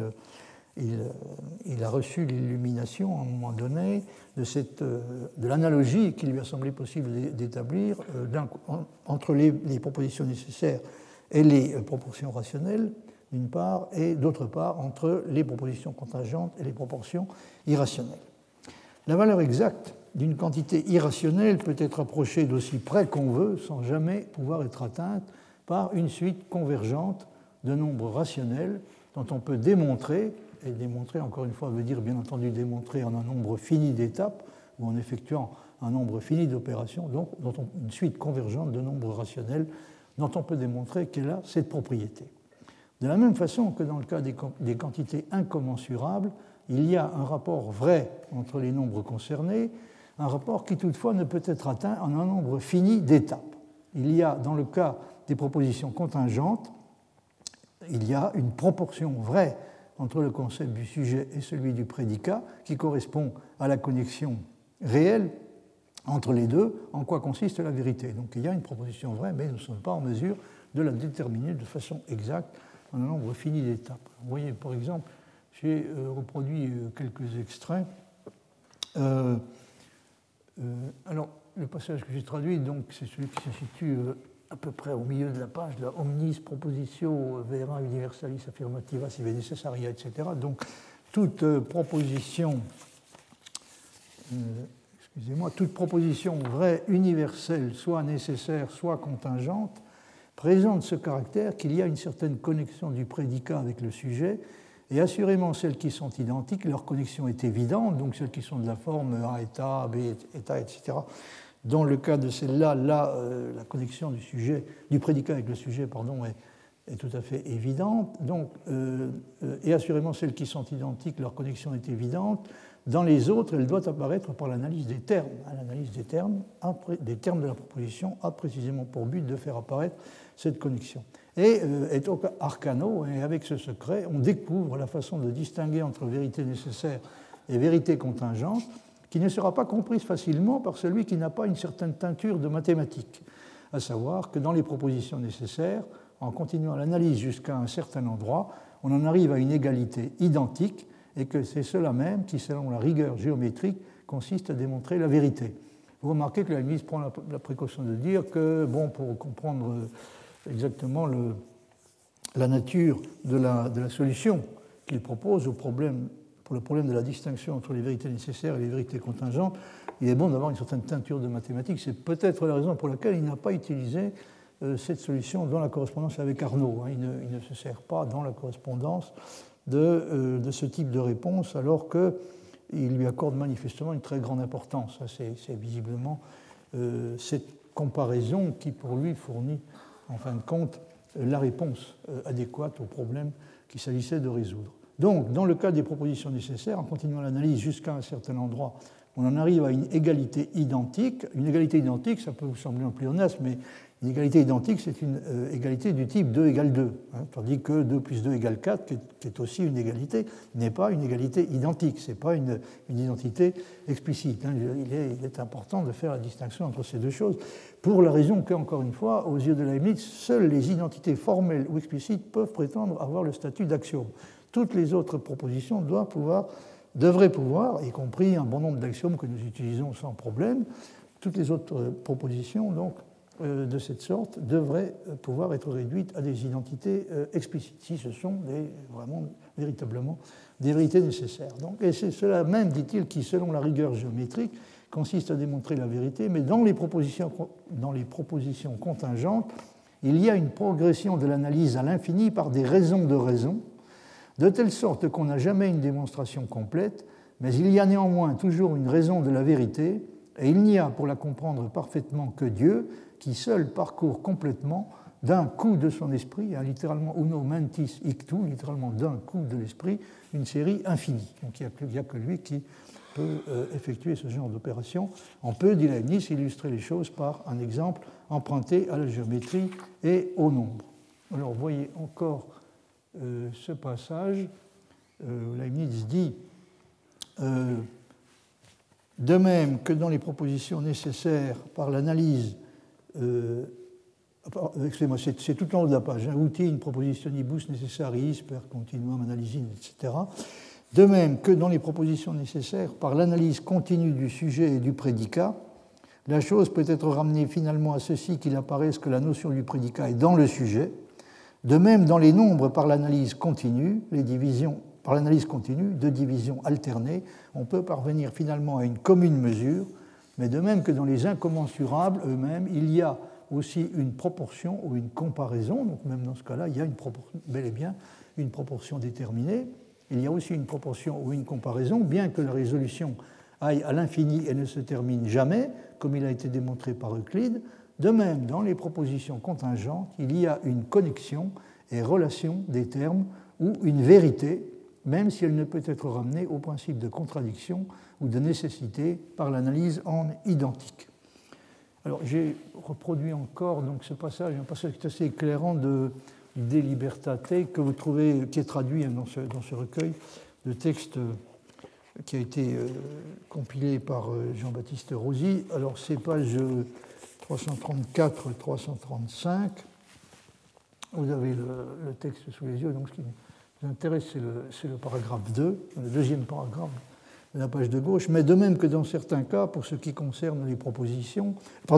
il a reçu l'illumination à un moment donné de l'analogie qu'il lui a semblé possible d'établir entre les propositions nécessaires et les proportions rationnelles, d'une part, et d'autre part, entre les propositions contingentes et les proportions irrationnelles. La valeur exacte d'une quantité irrationnelle peut être approchée d'aussi près qu'on veut sans jamais pouvoir être atteinte par une suite convergente de nombres rationnels dont on peut démontrer, et démontrer encore une fois veut dire bien entendu démontrer en un nombre fini d'étapes ou en effectuant un nombre fini d'opérations, donc une suite convergente de nombres rationnels dont on peut démontrer qu'elle a cette propriété. De la même façon que dans le cas des quantités incommensurables, il y a un rapport vrai entre les nombres concernés, un rapport qui toutefois ne peut être atteint en un nombre fini d'étapes. Il y a, dans le cas des propositions contingentes, il y a une proportion vraie entre le concept du sujet et celui du prédicat qui correspond à la connexion réelle entre les deux, en quoi consiste la vérité. Donc il y a une proposition vraie, mais nous ne sommes pas en mesure de la déterminer de façon exacte en un nombre fini d'étapes. Vous voyez, par exemple, j'ai reproduit quelques extraits. Alors, le passage que j'ai traduit, donc, c'est celui qui se situe à peu près au milieu de la page, la omnis propositio vera universalis affirmativa sive necessaria, etc. Donc, toute proposition toute proposition vraie universelle, soit nécessaire, soit contingente, présente ce caractère qu'il y a une certaine connexion du prédicat avec le sujet, et assurément celles qui sont identiques, leur connexion est évidente, donc celles qui sont de la forme A état, B état, etc. Dans le cas de celle-là, la connexion du prédicat avec le sujet, est tout à fait évidente. Donc, et assurément celles qui sont identiques, leur connexion est évidente. Dans les autres, elle doit apparaître par l'analyse des termes. L'analyse des termes de la proposition a précisément pour but de faire apparaître cette connexion. Et arcano, et avec ce secret, on découvre la façon de distinguer entre vérité nécessaire et vérité contingente, qui ne sera pas comprise facilement par celui qui n'a pas une certaine teinture de mathématiques. À savoir que dans les propositions nécessaires, en continuant l'analyse jusqu'à un certain endroit, on en arrive à une égalité identique, et que c'est cela même qui, selon la rigueur géométrique, consiste à démontrer la vérité. Vous remarquez que Leibniz prend la précaution de dire que, pour comprendre exactement la nature de la solution qu'il propose pour le problème de la distinction entre les vérités nécessaires et les vérités contingentes, il est bon d'avoir une certaine teinture de mathématiques. C'est peut-être la raison pour laquelle il n'a pas utilisé cette solution dans la correspondance avec Arnaud. Il ne se sert pas dans la correspondance de ce type de réponse, alors qu'il lui accorde manifestement une très grande importance. C'est visiblement cette comparaison qui, pour lui, fournit, en fin de compte, la réponse adéquate au problème qu'il s'agissait de résoudre. Donc, dans le cas des propositions nécessaires, en continuant l'analyse jusqu'à un certain endroit, on en arrive à une égalité identique. Une égalité identique, ça peut vous sembler un pléonasme, mais une égalité identique, c'est une égalité du type 2 égale 2, tandis que 2 plus 2 égale 4, qui est aussi une égalité, n'est pas une égalité identique, ce n'est pas une identité explicite. Il est important de faire la distinction entre ces deux choses, pour la raison qu'encore une fois, aux yeux de Leibniz, seules les identités formelles ou explicites peuvent prétendre avoir le statut d'axiome. Toutes les autres propositions devraient pouvoir, y compris un bon nombre d'axiomes que nous utilisons sans problème, toutes les autres propositions, donc, de cette sorte, devraient pouvoir être réduites à des identités explicites, si ce sont véritablement des vérités nécessaires. Donc, et c'est cela même, dit-il, qui, selon la rigueur géométrique, consiste à démontrer la vérité, mais dans les propositions contingentes, il y a une progression de l'analyse à l'infini par des raisons de raison, de telle sorte qu'on n'a jamais une démonstration complète, mais il y a néanmoins toujours une raison de la vérité, et il n'y a, pour la comprendre parfaitement, que Dieu, qui seul parcourt complètement, d'un coup de son esprit, littéralement uno mentis ictu, littéralement d'un coup de l'esprit, une série infinie. Donc il n'y a que lui qui peut effectuer ce genre d'opération. On peut, dit Leibniz, illustrer les choses par un exemple emprunté à la géométrie et au nombre. Alors voyez encore ce passage. Leibniz dit de même que dans les propositions nécessaires par l'analyse, excusez-moi, c'est tout en haut de la page, uti in propositionibus necessariis per continuum analysin, etc. De même que dans les propositions nécessaires par l'analyse continue du sujet et du prédicat, la chose peut être ramenée finalement à ceci qu'il apparaisse que la notion du prédicat est dans le sujet. De même, dans les nombres par l'analyse continue, par l'analyse continue de division alternée, on peut parvenir finalement à une commune mesure, mais de même que dans les incommensurables eux-mêmes, il y a aussi une proportion ou une comparaison, donc même dans ce cas-là, il y a bel et bien une proportion déterminée, il y a aussi une proportion ou une comparaison, bien que la résolution aille à l'infini et ne se termine jamais, comme il a été démontré par Euclide. De même, dans les propositions contingentes, il y a une connexion et relation des termes ou une vérité, même si elle ne peut être ramenée au principe de contradiction ou de nécessité par l'analyse en identique. Alors, j'ai reproduit encore donc, ce passage, un passage qui est assez éclairant de De Libertate, que vous trouvez, qui est traduit dans ce recueil de textes qui a été compilé par Jean-Baptiste Rosy. Alors, c'est pages 334 et 335. Vous avez le texte sous les yeux, donc ce qui nous intéresse, c'est le paragraphe 2, le deuxième paragraphe de la page de gauche, mais de même que dans certains cas, pour ce qui concerne les proportions,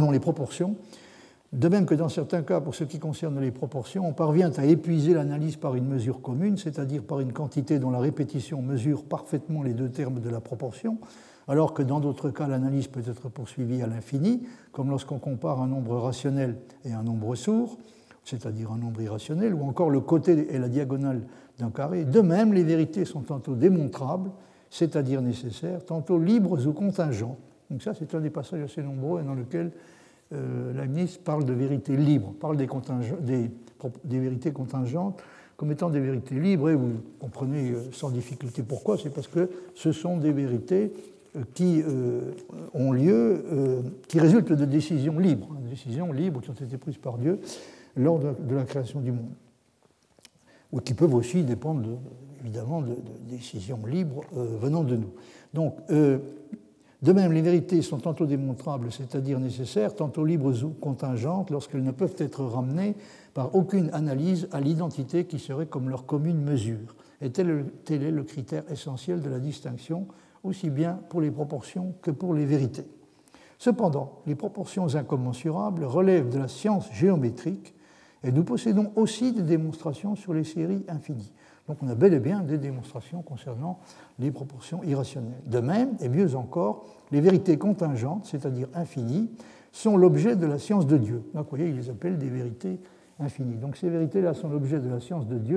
de même que dans certains cas, pour ce qui concerne les proportions, on parvient à épuiser l'analyse par une mesure commune, c'est-à-dire par une quantité dont la répétition mesure parfaitement les deux termes de la proportion, alors que dans d'autres cas, l'analyse peut être poursuivie à l'infini, comme lorsqu'on compare un nombre rationnel et un nombre sourd, c'est-à-dire un nombre irrationnel, ou encore le côté et la diagonale d'un carré. De même, les vérités sont tantôt démontrables, c'est-à-dire nécessaires, tantôt libres ou contingentes. Donc ça, c'est un des passages assez nombreux dans lequel Leibniz parle de vérités libres, parle des vérités contingentes comme étant des vérités libres, et vous comprenez sans difficulté pourquoi, c'est parce que ce sont des vérités qui ont lieu, qui résultent de décisions libres qui ont été prises par Dieu lors de la création du monde, ou qui peuvent aussi dépendre évidemment de décisions libres venant de nous. Donc, de même, les vérités sont tantôt démontrables, c'est-à-dire nécessaires, tantôt libres ou contingentes, lorsqu'elles ne peuvent être ramenées par aucune analyse à l'identité qui serait comme leur commune mesure. Et tel est le critère essentiel de la distinction, aussi bien pour les proportions que pour les vérités. Cependant, les proportions incommensurables relèvent de la science géométrique, et nous possédons aussi des démonstrations sur les séries infinies. Donc on a bel et bien des démonstrations concernant les proportions irrationnelles. De même, et mieux encore, les vérités contingentes, c'est-à-dire infinies, sont l'objet de la science de Dieu. Donc vous voyez, il les appelle des vérités infinies. Donc ces vérités-là sont l'objet de la science de Dieu,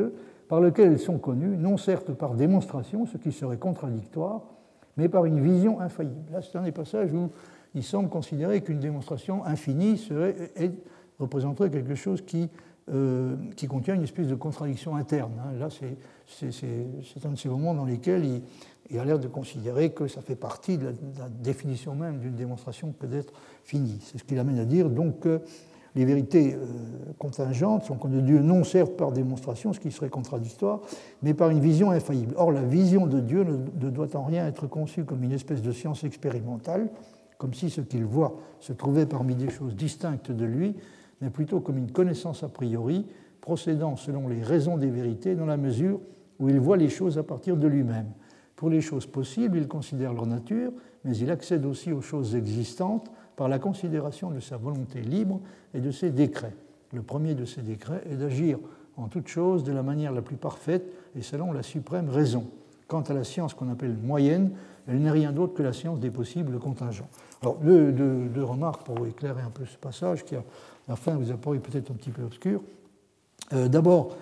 par lequel elles sont connues, non certes par démonstration, ce qui serait contradictoire, mais par une vision infaillible. Là, c'est un des passages où il semble considérer qu'une démonstration infinie représenterait quelque chose qui contient une espèce de contradiction interne. Là, c'est un de ces moments dans lesquels il a l'air de considérer que ça fait partie de la définition même d'une démonstration que d'être finie. C'est ce qui l'amène à dire donc que les vérités contingentes sont connues de Dieu non certes par démonstration, ce qui serait contradictoire, mais par une vision infaillible. Or, la vision de Dieu ne doit en rien être conçue comme une espèce de science expérimentale, comme si ce qu'il voit se trouvait parmi des choses distinctes de lui, mais plutôt comme une connaissance a priori, procédant selon les raisons des vérités, dans la mesure où il voit les choses à partir de lui-même. Pour les choses possibles, il considère leur nature, mais il accède aussi aux choses existantes par la considération de sa volonté libre et de ses décrets. Le premier de ces décrets est d'agir en toute chose de la manière la plus parfaite et selon la suprême raison. Quant à la science qu'on appelle moyenne, elle n'est rien d'autre que la science des possibles contingents. Alors, deux remarques pour éclairer un peu ce passage qui, à la fin, vous apparaît peut-être un petit peu obscur. D'abord,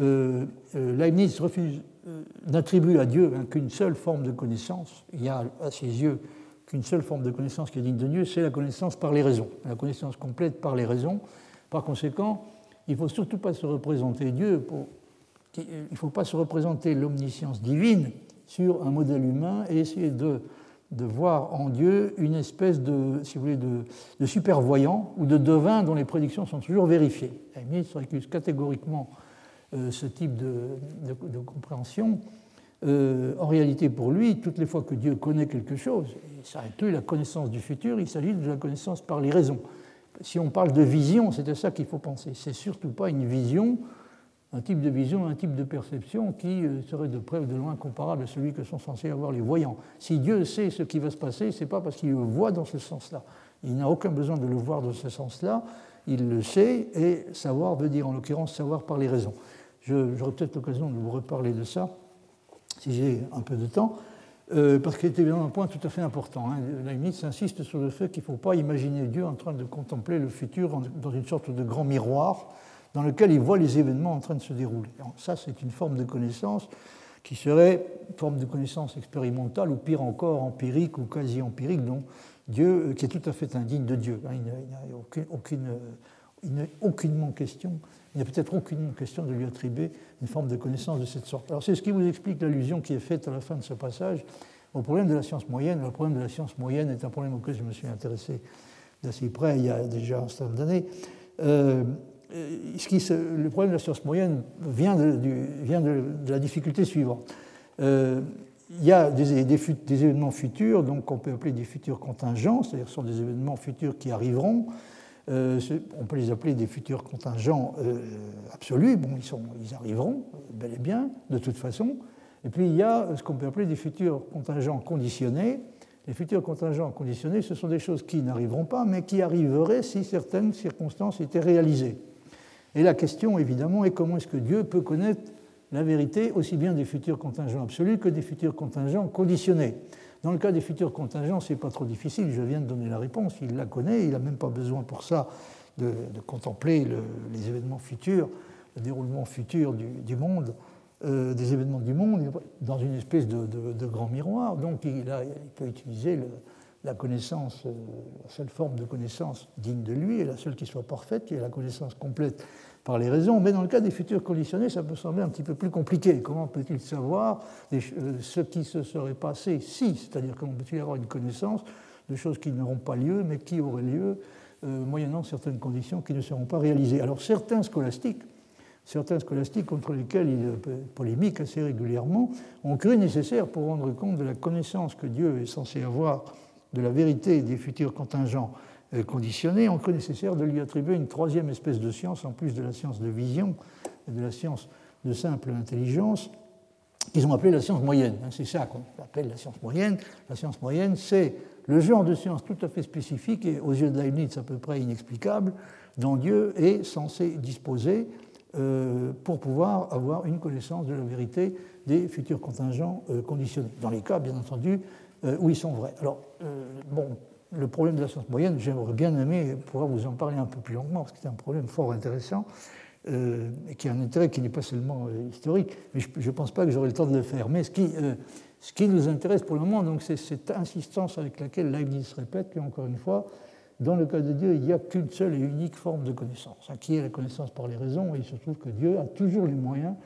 Leibniz n'attribue à Dieu qu'une seule forme de connaissance. Il y a à ses yeux qu'une seule forme de connaissance qui est digne de Dieu, c'est la connaissance par les raisons, la connaissance complète par les raisons. Par conséquent, il ne faut surtout pas se représenter Dieu, il ne faut pas se représenter l'omniscience divine sur un modèle humain et essayer de voir en Dieu une espèce de, si vous voulez, de supervoyant ou de devin dont les prédictions sont toujours vérifiées. Leibniz récuse catégoriquement ce type de compréhension. En réalité, pour lui, toutes les fois que Dieu connaît quelque chose, et ça inclut la connaissance du futur, il s'agit de la connaissance par les raisons. Si on parle de vision, c'est à ça qu'il faut penser. C'est surtout pas une vision, un type de vision, un type de perception qui serait de près ou de loin comparable à celui que sont censés avoir les voyants. Si Dieu sait ce qui va se passer, ce n'est pas parce qu'il le voit dans ce sens-là. Il n'a aucun besoin de le voir dans ce sens-là, il le sait, et savoir veut dire en l'occurrence savoir par les raisons. J'aurai peut-être l'occasion de vous reparler de ça, si j'ai un peu de temps, parce qu'il est évidemment un point tout à fait important. Leibniz insiste sur le fait qu'il ne faut pas imaginer Dieu en train de contempler le futur dans une sorte de grand miroir dans lequel il voit les événements en train de se dérouler. Donc, ça, c'est une forme de connaissance qui serait une forme de connaissance expérimentale ou pire encore empirique ou quasi-empirique, dont Dieu, qui est tout à fait indigne de Dieu. Il n'est aucunement question, il n'est peut-être aucunement question de lui attribuer une forme de connaissance de cette sorte. Alors c'est ce qui vous explique l'allusion qui est faite à la fin de ce passage au problème de la science moyenne. Le problème de la science moyenne est un problème auquel je me suis intéressé d'assez près il y a déjà un certain nombre d'années. Le problème de la science moyenne vient de la difficulté suivante. Il y a des événements futurs, donc on peut appeler des futurs contingents, c'est-à-dire ce sont des événements futurs qui arriveront. On peut les appeler des futurs contingents absolus. Bon, ils arriveront, bel et bien, de toute façon. Et puis il y a ce qu'on peut appeler des futurs contingents conditionnés. Les futurs contingents conditionnés, ce sont des choses qui n'arriveront pas, mais qui arriveraient si certaines circonstances étaient réalisées. Et la question, évidemment, est comment est-ce que Dieu peut connaître la vérité aussi bien des futurs contingents absolus que des futurs contingents conditionnés. Dans le cas des futurs contingents, ce n'est pas trop difficile, je viens de donner la réponse, il la connaît, il n'a même pas besoin pour ça de contempler les événements futurs, le déroulement futur du monde, des événements du monde, dans une espèce de grand miroir. Donc il peut utiliser la connaissance, la seule forme de connaissance digne de lui, et la seule qui soit parfaite, qui est la connaissance complète par les raisons. Mais dans le cas des futurs conditionnés, ça peut sembler un petit peu plus compliqué. Comment peut-il savoir ce qui se serait passé si, c'est-à-dire comment peut-il avoir une connaissance de choses qui n'auront pas lieu, mais qui auraient lieu moyennant certaines conditions qui ne seront pas réalisées. Alors certains scolastiques contre lesquels il polémique assez régulièrement, ont cru nécessaire pour rendre compte de la connaissance que Dieu est censé avoir de la vérité des futurs contingents conditionnés, ont cru nécessaire de lui attribuer une troisième espèce de science, en plus de la science de vision et de la science de simple intelligence, qu'ils ont appelé la science moyenne. C'est ça qu'on appelle la science moyenne. La science moyenne, c'est le genre de science tout à fait spécifique et aux yeux de Leibniz à peu près inexplicable, dont Dieu est censé disposer pour pouvoir avoir une connaissance de la vérité des futurs contingents conditionnés, dans les cas, bien entendu, où ils sont vrais. Alors, le problème de la science moyenne, j'aimerais bien aimer pouvoir vous en parler un peu plus longuement, parce que c'est un problème fort intéressant, qui a un intérêt qui n'est pas seulement historique, mais je ne pense pas que j'aurai le temps de le faire. Mais ce qui nous intéresse pour le moment, donc, c'est cette insistance avec laquelle Leibniz répète qu'encore une fois, dans le cas de Dieu, il n'y a qu'une seule et unique forme de connaissance, qui est la connaissance par les raisons, et il se trouve que Dieu a toujours les moyens,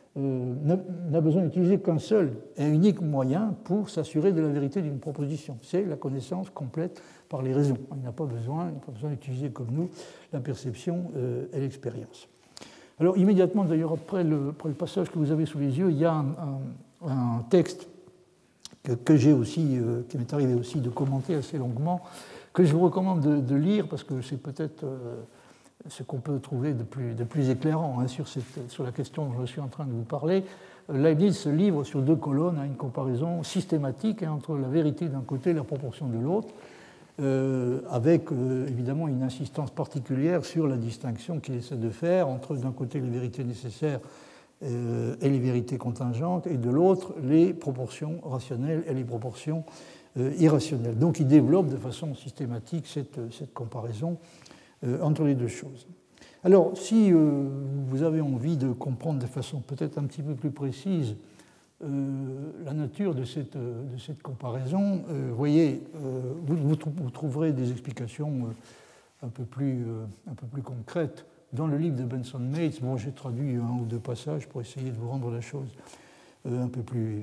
n'a besoin d'utiliser qu'un seul et unique moyen pour s'assurer de la vérité d'une proposition. C'est la connaissance complète par les raisons. Il n'a pas besoin d'utiliser comme nous la perception et l'expérience. Alors immédiatement, d'ailleurs, après le passage que vous avez sous les yeux, il y a un texte que j'ai aussi, qui m'est arrivé aussi de commenter assez longuement, que je vous recommande de lire parce que c'est peut-être ce qu'on peut trouver de plus éclairant sur la question dont je suis en train de vous parler. Leibniz se livre sur 2 colonnes à une comparaison systématique entre la vérité d'un côté et la proportion de l'autre, avec évidemment une insistance particulière sur la distinction qu'il essaie de faire entre d'un côté les vérités nécessaires et les vérités contingentes, et de l'autre les proportions rationnelles et les proportions irrationnelles. Donc il développe de façon systématique cette comparaison entre les deux choses. Alors, si vous avez envie de comprendre de façon peut-être un petit peu plus précise la nature de cette comparaison, voyez, vous trouverez des explications un peu plus concrètes dans le livre de Benson Mates. Bon, j'ai traduit 1 ou 2 passages pour essayer de vous rendre la chose un peu plus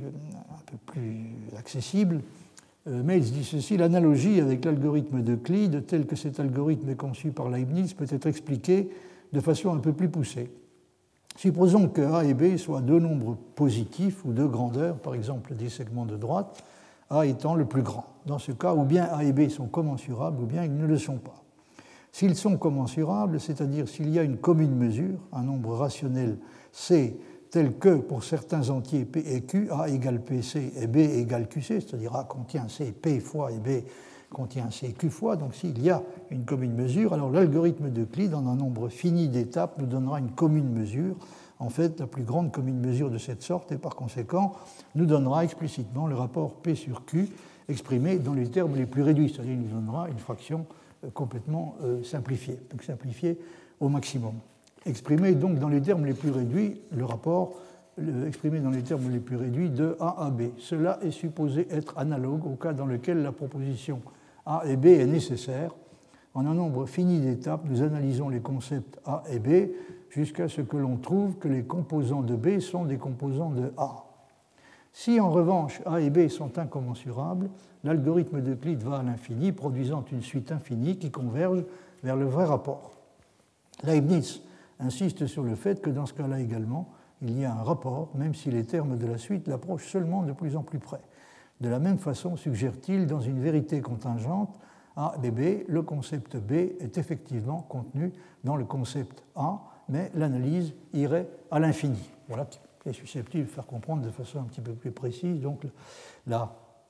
accessible. Mates dit ceci: l'analogie avec l'algorithme d'Euclide, tel que cet algorithme est conçu par Leibniz, peut être expliquée de façon un peu plus poussée. Supposons que A et B soient 2 nombres positifs ou de grandeur, par exemple des segments de droite, A étant le plus grand. Dans ce cas, ou bien A et B sont commensurables, ou bien ils ne le sont pas. S'ils sont commensurables, c'est-à-dire s'il y a une commune mesure, un nombre rationnel C, tel que pour certains entiers P et Q, A égale PC et B égale QC, c'est-à-dire A contient C P fois et B contient C Q fois, donc s'il y a une commune mesure, alors l'algorithme d'Euclide, en un nombre fini d'étapes, nous donnera une commune mesure, en fait la plus grande commune mesure de cette sorte, et par conséquent nous donnera explicitement le rapport P sur Q exprimé dans les termes les plus réduits, c'est-à-dire nous donnera une fraction complètement simplifiée, donc simplifiée au maximum. Exprimé donc dans les termes les plus réduits, le rapport exprimé dans les termes les plus réduits de A à B. Cela est supposé être analogue au cas dans lequel la proposition A et B est nécessaire. En un nombre fini d'étapes, nous analysons les concepts A et B jusqu'à ce que l'on trouve que les composants de B sont des composants de A. Si en revanche A et B sont incommensurables, l'algorithme d'Euclide va à l'infini, produisant une suite infinie qui converge vers le vrai rapport. Leibniz insiste sur le fait que dans ce cas-là également, il y a un rapport, même si les termes de la suite l'approchent seulement de plus en plus près. De la même façon, suggère-t-il, dans une vérité contingente, A et B, le concept B est effectivement contenu dans le concept A, mais l'analyse irait à l'infini. Voilà qui est susceptible de faire comprendre de façon un petit peu plus précise donc, la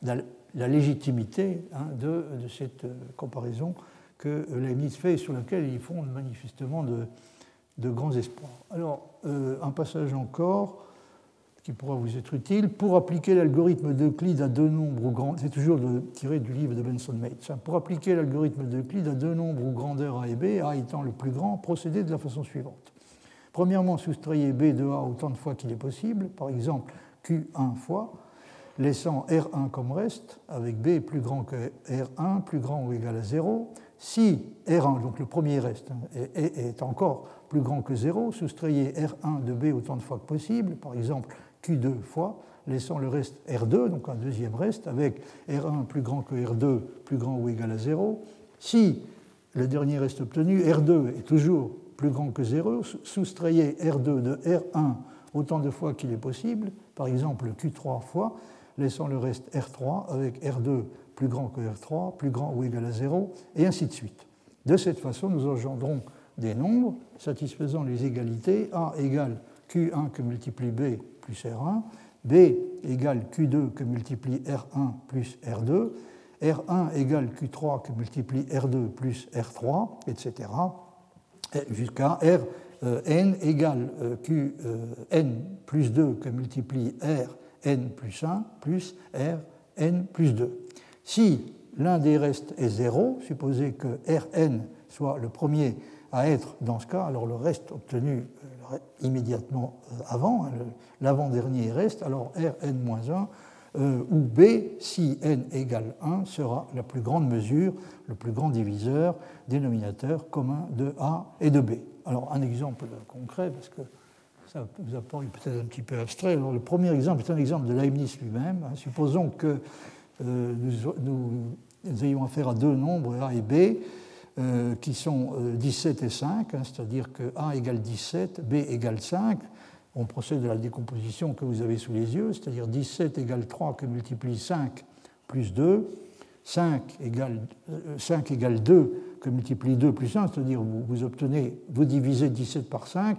légitimité de cette comparaison que Leibniz fait et sur laquelle il fonde manifestement de grands espoirs. Alors, un passage encore qui pourra vous être utile. Pour appliquer l'algorithme d'Euclide à 2 nombres ou grandeurs, c'est toujours tiré du livre de Benson Mates, pour appliquer l'algorithme d'Euclide à 2 nombres ou grandeurs A et B, A étant le plus grand, procédez de la façon suivante. Premièrement, soustrayez B de A autant de fois qu'il est possible, par exemple Q1 fois, laissant R1 comme reste, avec B plus grand que R1, plus grand ou égal à 0. Si R1, donc le premier reste, est encore plus grand que 0, soustrayez R1 de B autant de fois que possible, par exemple Q2 fois, laissant le reste R2, donc un deuxième reste, avec R1 plus grand que R2, plus grand ou égal à 0. Si le dernier reste obtenu, R2 est toujours plus grand que 0, soustrayez R2 de R1 autant de fois qu'il est possible, par exemple Q3 fois, laissant le reste R3 avec R2 plus grand que R3, plus grand ou égal à 0, et ainsi de suite. De cette façon, nous engendrons des nombres satisfaisant les égalités A égale Q1 que multiplie B plus R1, B égale Q2 que multiplie R1 plus R2, R1 égale Q3 que multiplie R2 plus R3, etc., jusqu'à Rn égale Qn plus 2 que multiplie Rn plus 1 plus Rn plus 2. Si l'un des restes est 0, supposez que Rn soit le premier à être, dans ce cas, alors le reste obtenu immédiatement avant, l'avant-dernier reste, alors Rn-1, où B, si n égale 1, sera la plus grande mesure, le plus grand diviseur, dénominateur commun de A et de B. Alors un exemple concret, parce que ça vous a paru peut-être un petit peu abstrait. Alors, le premier exemple est un exemple de Leibniz lui-même. Supposons que nous ayons affaire à deux nombres, A et B, qui sont 17 et 5, c'est-à-dire que A égale 17, B égale 5. On procède de la décomposition que vous avez sous les yeux, c'est-à-dire 17 égale 3 que multiplie 5 plus 2, 5 égale 2 que multiplie 2 plus 1, c'est-à-dire vous divisez 17 par 5,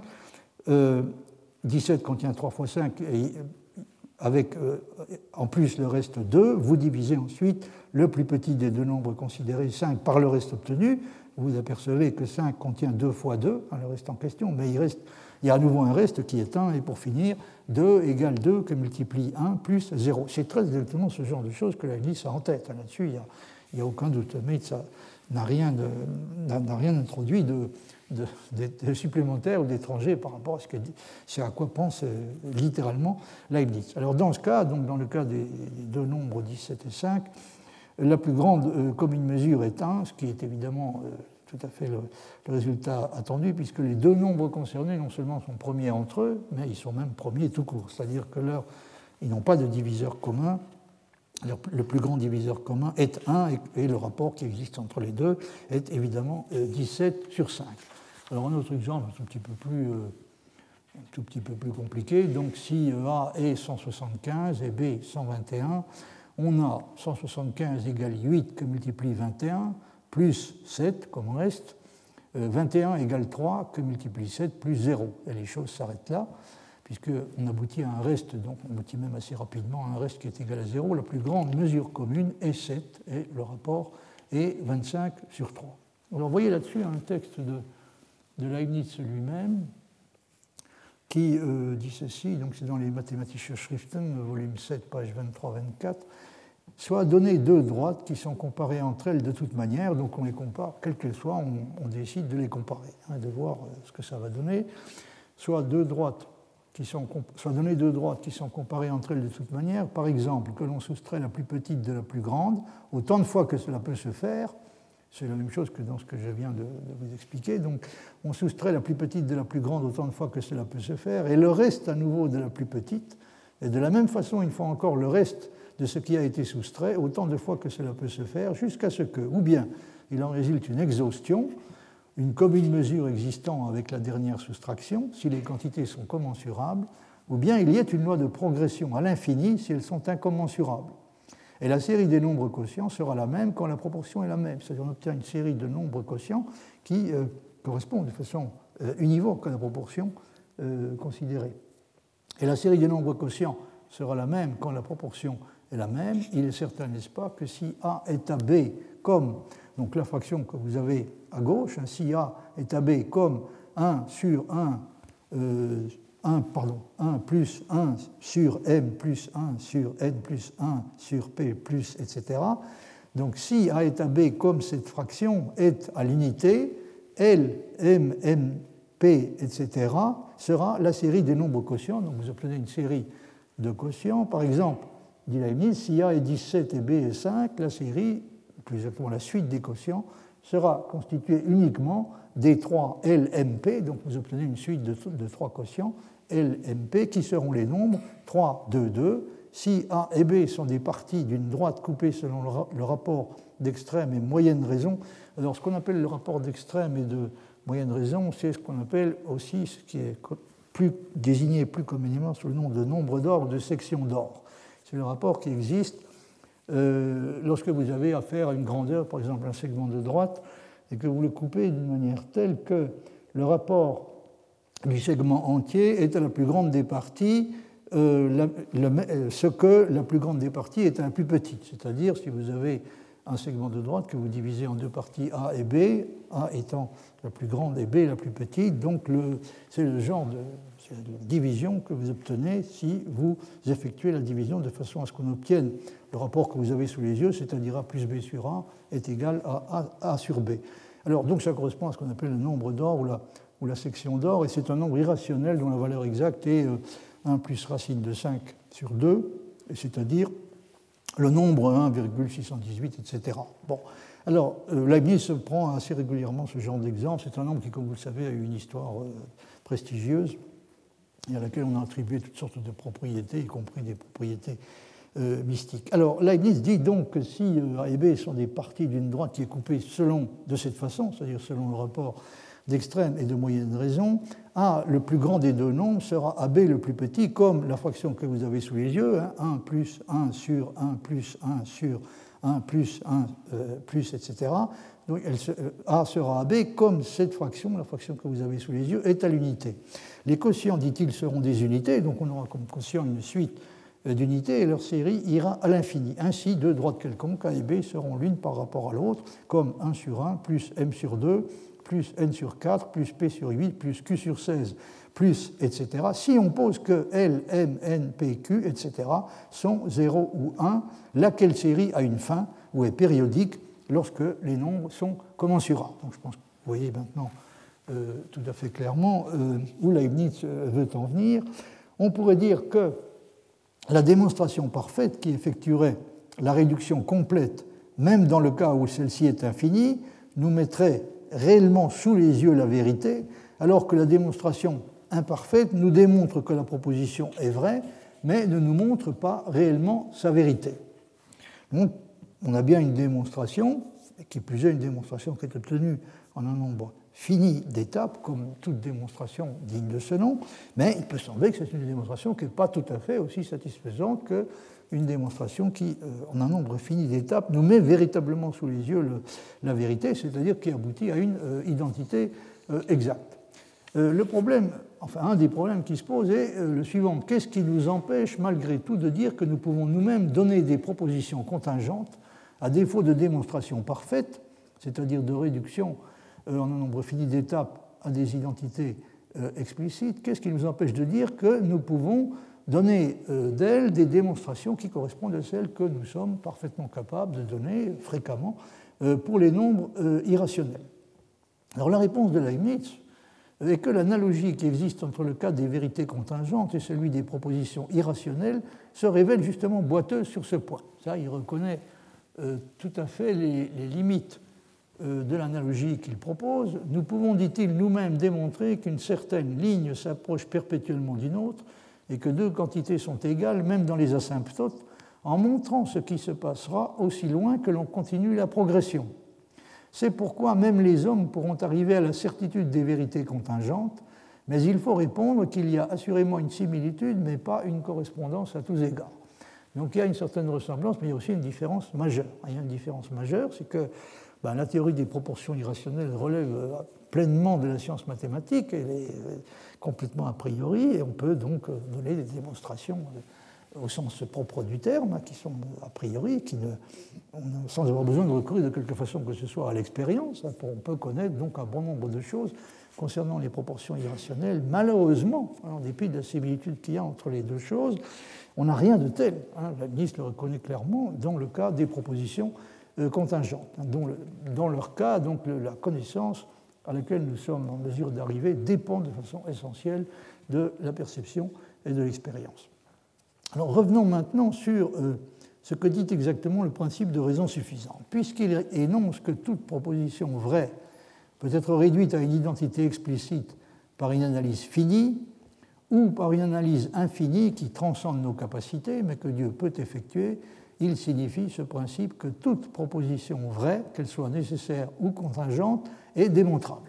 17 contient 3 fois 5, et avec en plus le reste 2, vous divisez ensuite le plus petit des deux nombres considérés, 5, par le reste obtenu. Vous apercevez que 5 contient 2 fois 2, le reste en question, mais il y a à nouveau un reste qui est 1, et pour finir, 2 égale 2 que multiplie 1 plus 0. C'est très exactement ce genre de choses que Leibniz a en tête. Là-dessus, il n'y a aucun doute, mais ça n'a rien introduit de supplémentaire ou d'étranger par rapport à ce à quoi pense littéralement Leibniz. Alors dans ce cas, donc dans le cas des deux nombres 17 et 5, la plus grande commune mesure est 1, ce qui est évidemment tout à fait le résultat attendu, puisque les deux nombres concernés non seulement sont premiers entre eux, mais ils sont même premiers tout court, c'est-à-dire qu'ils n'ont pas de diviseur commun. Le plus grand diviseur commun est 1, et le rapport qui existe entre les deux est évidemment 17 sur 5. Alors un autre exemple un tout petit peu plus compliqué. Donc si A est 175 et B 121, on a 175 égale 8 que multiplie 21 plus 7 comme reste, 21 égale 3 que multiplie 7 plus 0. Et les choses s'arrêtent là, puisqu'on aboutit à un reste, donc on aboutit même assez rapidement à un reste qui est égal à 0. La plus grande mesure commune est 7 et le rapport est 25 sur 3. Alors vous voyez là-dessus un texte de Leibniz lui-même, qui dit ceci, donc c'est dans les Mathematische Schriften, volume 7, page 23-24, soit donner deux droites qui sont comparées entre elles de toute manière, donc on les compare, quelles qu'elles soient, on décide de les comparer, de voir ce que ça va donner, soit donner deux droites qui sont comparées entre elles de toute manière, par exemple, que l'on soustrait la plus petite de la plus grande, autant de fois que cela peut se faire. C'est la même chose que dans ce que je viens de vous expliquer. Donc, on soustrait la plus petite de la plus grande autant de fois que cela peut se faire, et le reste à nouveau de la plus petite. Et de la même façon, une fois encore, le reste de ce qui a été soustrait autant de fois que cela peut se faire, jusqu'à ce que, ou bien il en résulte une exhaustion, une commune mesure existant avec la dernière soustraction, si les quantités sont commensurables, ou bien il y ait une loi de progression à l'infini si elles sont incommensurables. Et la série des nombres quotients sera la même quand la proportion est la même. C'est-à-dire qu'on obtient une série de nombres quotients qui correspondent de façon univoque à la proportion considérée. Et la série des nombres quotients sera la même quand la proportion est la même. Il est certain, n'est-ce pas, que si A est à B comme, donc la fraction que vous avez à gauche, si A est à B comme 1 sur 1 plus 1 sur m plus 1 sur n plus 1 sur p plus, etc. Donc si A est à B comme cette fraction est à l'unité, L, M, M, P, etc. sera la série des nombres quotients. Donc vous obtenez une série de quotients. Par exemple, dit Leibniz, si A est 17 et B est 5, la série, plus exactement la suite des quotients, sera constituée uniquement des 3 LMP, donc vous obtenez une suite de 3 quotients LMP qui seront les nombres 3, 2, 2. Si A et B sont des parties d'une droite coupée selon le rapport d'extrême et moyenne raison, alors ce qu'on appelle le rapport d'extrême et de moyenne raison, c'est ce qu'on appelle aussi ce qui est désigné plus communément sous le nom de nombre d'or ou de section d'or. C'est le rapport qui existe lorsque vous avez affaire à une grandeur, par exemple un segment de droite, et que vous le coupez d'une manière telle que le rapport du segment entier est à la plus grande des parties ce que la plus grande des parties est à la plus petite. C'est-à-dire, si vous avez un segment de droite que vous divisez en deux parties A et B, A étant la plus grande et B la plus petite, donc c'est le genre de division que vous obtenez si vous effectuez la division de façon à ce qu'on obtienne le rapport que vous avez sous les yeux, c'est-à-dire A plus B sur A est égal à A sur B. Alors, donc, ça correspond à ce qu'on appelle le nombre d'or ou la section d'or, et c'est un nombre irrationnel dont la valeur exacte est 1 plus racine de 5 sur 2, c'est-à-dire le nombre 1,618, etc. Bon. Alors, Leibniz prend assez régulièrement ce genre d'exemple. C'est un nombre qui, comme vous le savez, a eu une histoire prestigieuse et à laquelle on a attribué toutes sortes de propriétés, y compris des propriétés mystiques. Alors, Leibniz dit donc que si A et B sont des parties d'une droite qui est coupée de cette façon, c'est-à-dire selon le rapport d'extrême et de moyenne raison, A, le plus grand des deux nombres, sera AB le plus petit, comme la fraction que vous avez sous les yeux, 1 plus 1 sur 1 plus 1 sur 1 plus 1 plus, etc. Donc, A sera AB comme cette fraction, la fraction que vous avez sous les yeux, est à l'unité. Les quotients, dit-il, seront des unités, donc on aura comme quotient une suite d'unités et leur série ira à l'infini. Ainsi, deux droites quelconques, A et B, seront l'une par rapport à l'autre, comme 1 sur 1 plus M sur 2 plus N sur 4 plus P sur 8 plus Q sur 16 plus, etc. Si on pose que L, M, N, P, Q, etc. sont 0 ou 1, laquelle série a une fin ou est périodique lorsque les nombres sont commensurats. Donc je pense que vous voyez maintenant tout à fait clairement où Leibniz veut en venir. On pourrait dire que la démonstration parfaite qui effectuerait la réduction complète, même dans le cas où celle-ci est infinie, nous mettrait réellement sous les yeux la vérité, alors que la démonstration imparfaite nous démontre que la proposition est vraie, mais ne nous montre pas réellement sa vérité. Donc, on a bien une démonstration, et qui plus est une démonstration qui est obtenue en un nombre fini d'étapes, comme toute démonstration digne de ce nom, mais il peut sembler que c'est une démonstration qui n'est pas tout à fait aussi satisfaisante qu'une démonstration qui, en un nombre fini d'étapes, nous met véritablement sous les yeux la vérité, c'est-à-dire qui aboutit à une identité exacte. Le problème, enfin un des problèmes qui se pose est le suivant. Qu'est-ce qui nous empêche malgré tout de dire que nous pouvons nous-mêmes donner des propositions contingentes à défaut de démonstration parfaite, c'est-à-dire de réduction en un nombre fini d'étapes à des identités explicites? Qu'est-ce qui nous empêche de dire que nous pouvons donner d'elles des démonstrations qui correspondent à celles que nous sommes parfaitement capables de donner fréquemment pour les nombres irrationnels? Alors la réponse de Leibniz est que l'analogie qui existe entre le cas des vérités contingentes et celui des propositions irrationnelles se révèle justement boiteuse sur ce point. Ça, il reconnaît tout à fait les limites de l'analogie qu'il propose. Nous pouvons, dit-il, nous-mêmes démontrer qu'une certaine ligne s'approche perpétuellement d'une autre et que deux quantités sont égales, même dans les asymptotes, en montrant ce qui se passera aussi loin que l'on continue la progression. C'est pourquoi même les hommes pourront arriver à la certitude des vérités contingentes, mais il faut répondre qu'il y a assurément une similitude, mais pas une correspondance à tous égards. Donc il y a une certaine ressemblance, mais il y a aussi une différence majeure. Il y a une différence majeure, c'est que la théorie des proportions irrationnelles relève pleinement de la science mathématique, elle est complètement a priori, et on peut donc donner des démonstrations au sens propre du terme, qui sont a priori, sans avoir besoin de recourir de quelque façon que ce soit à l'expérience. On peut connaître donc un bon nombre de choses concernant les proportions irrationnelles. Malheureusement, en dépit de la similitude qu'il y a entre les deux choses, on n'a rien de tel. Leibniz le reconnaît clairement dans le cas des propositions contingentes. Dans leur cas, donc, la connaissance à laquelle nous sommes en mesure d'arriver dépend de façon essentielle de la perception et de l'expérience. Alors revenons maintenant sur ce que dit exactement le principe de raison suffisante. Puisqu'il énonce que toute proposition vraie peut être réduite à une identité explicite par une analyse finie ou par une analyse infinie qui transcende nos capacités, mais que Dieu peut effectuer, il signifie ce principe que toute proposition vraie, qu'elle soit nécessaire ou contingente, est démontrable.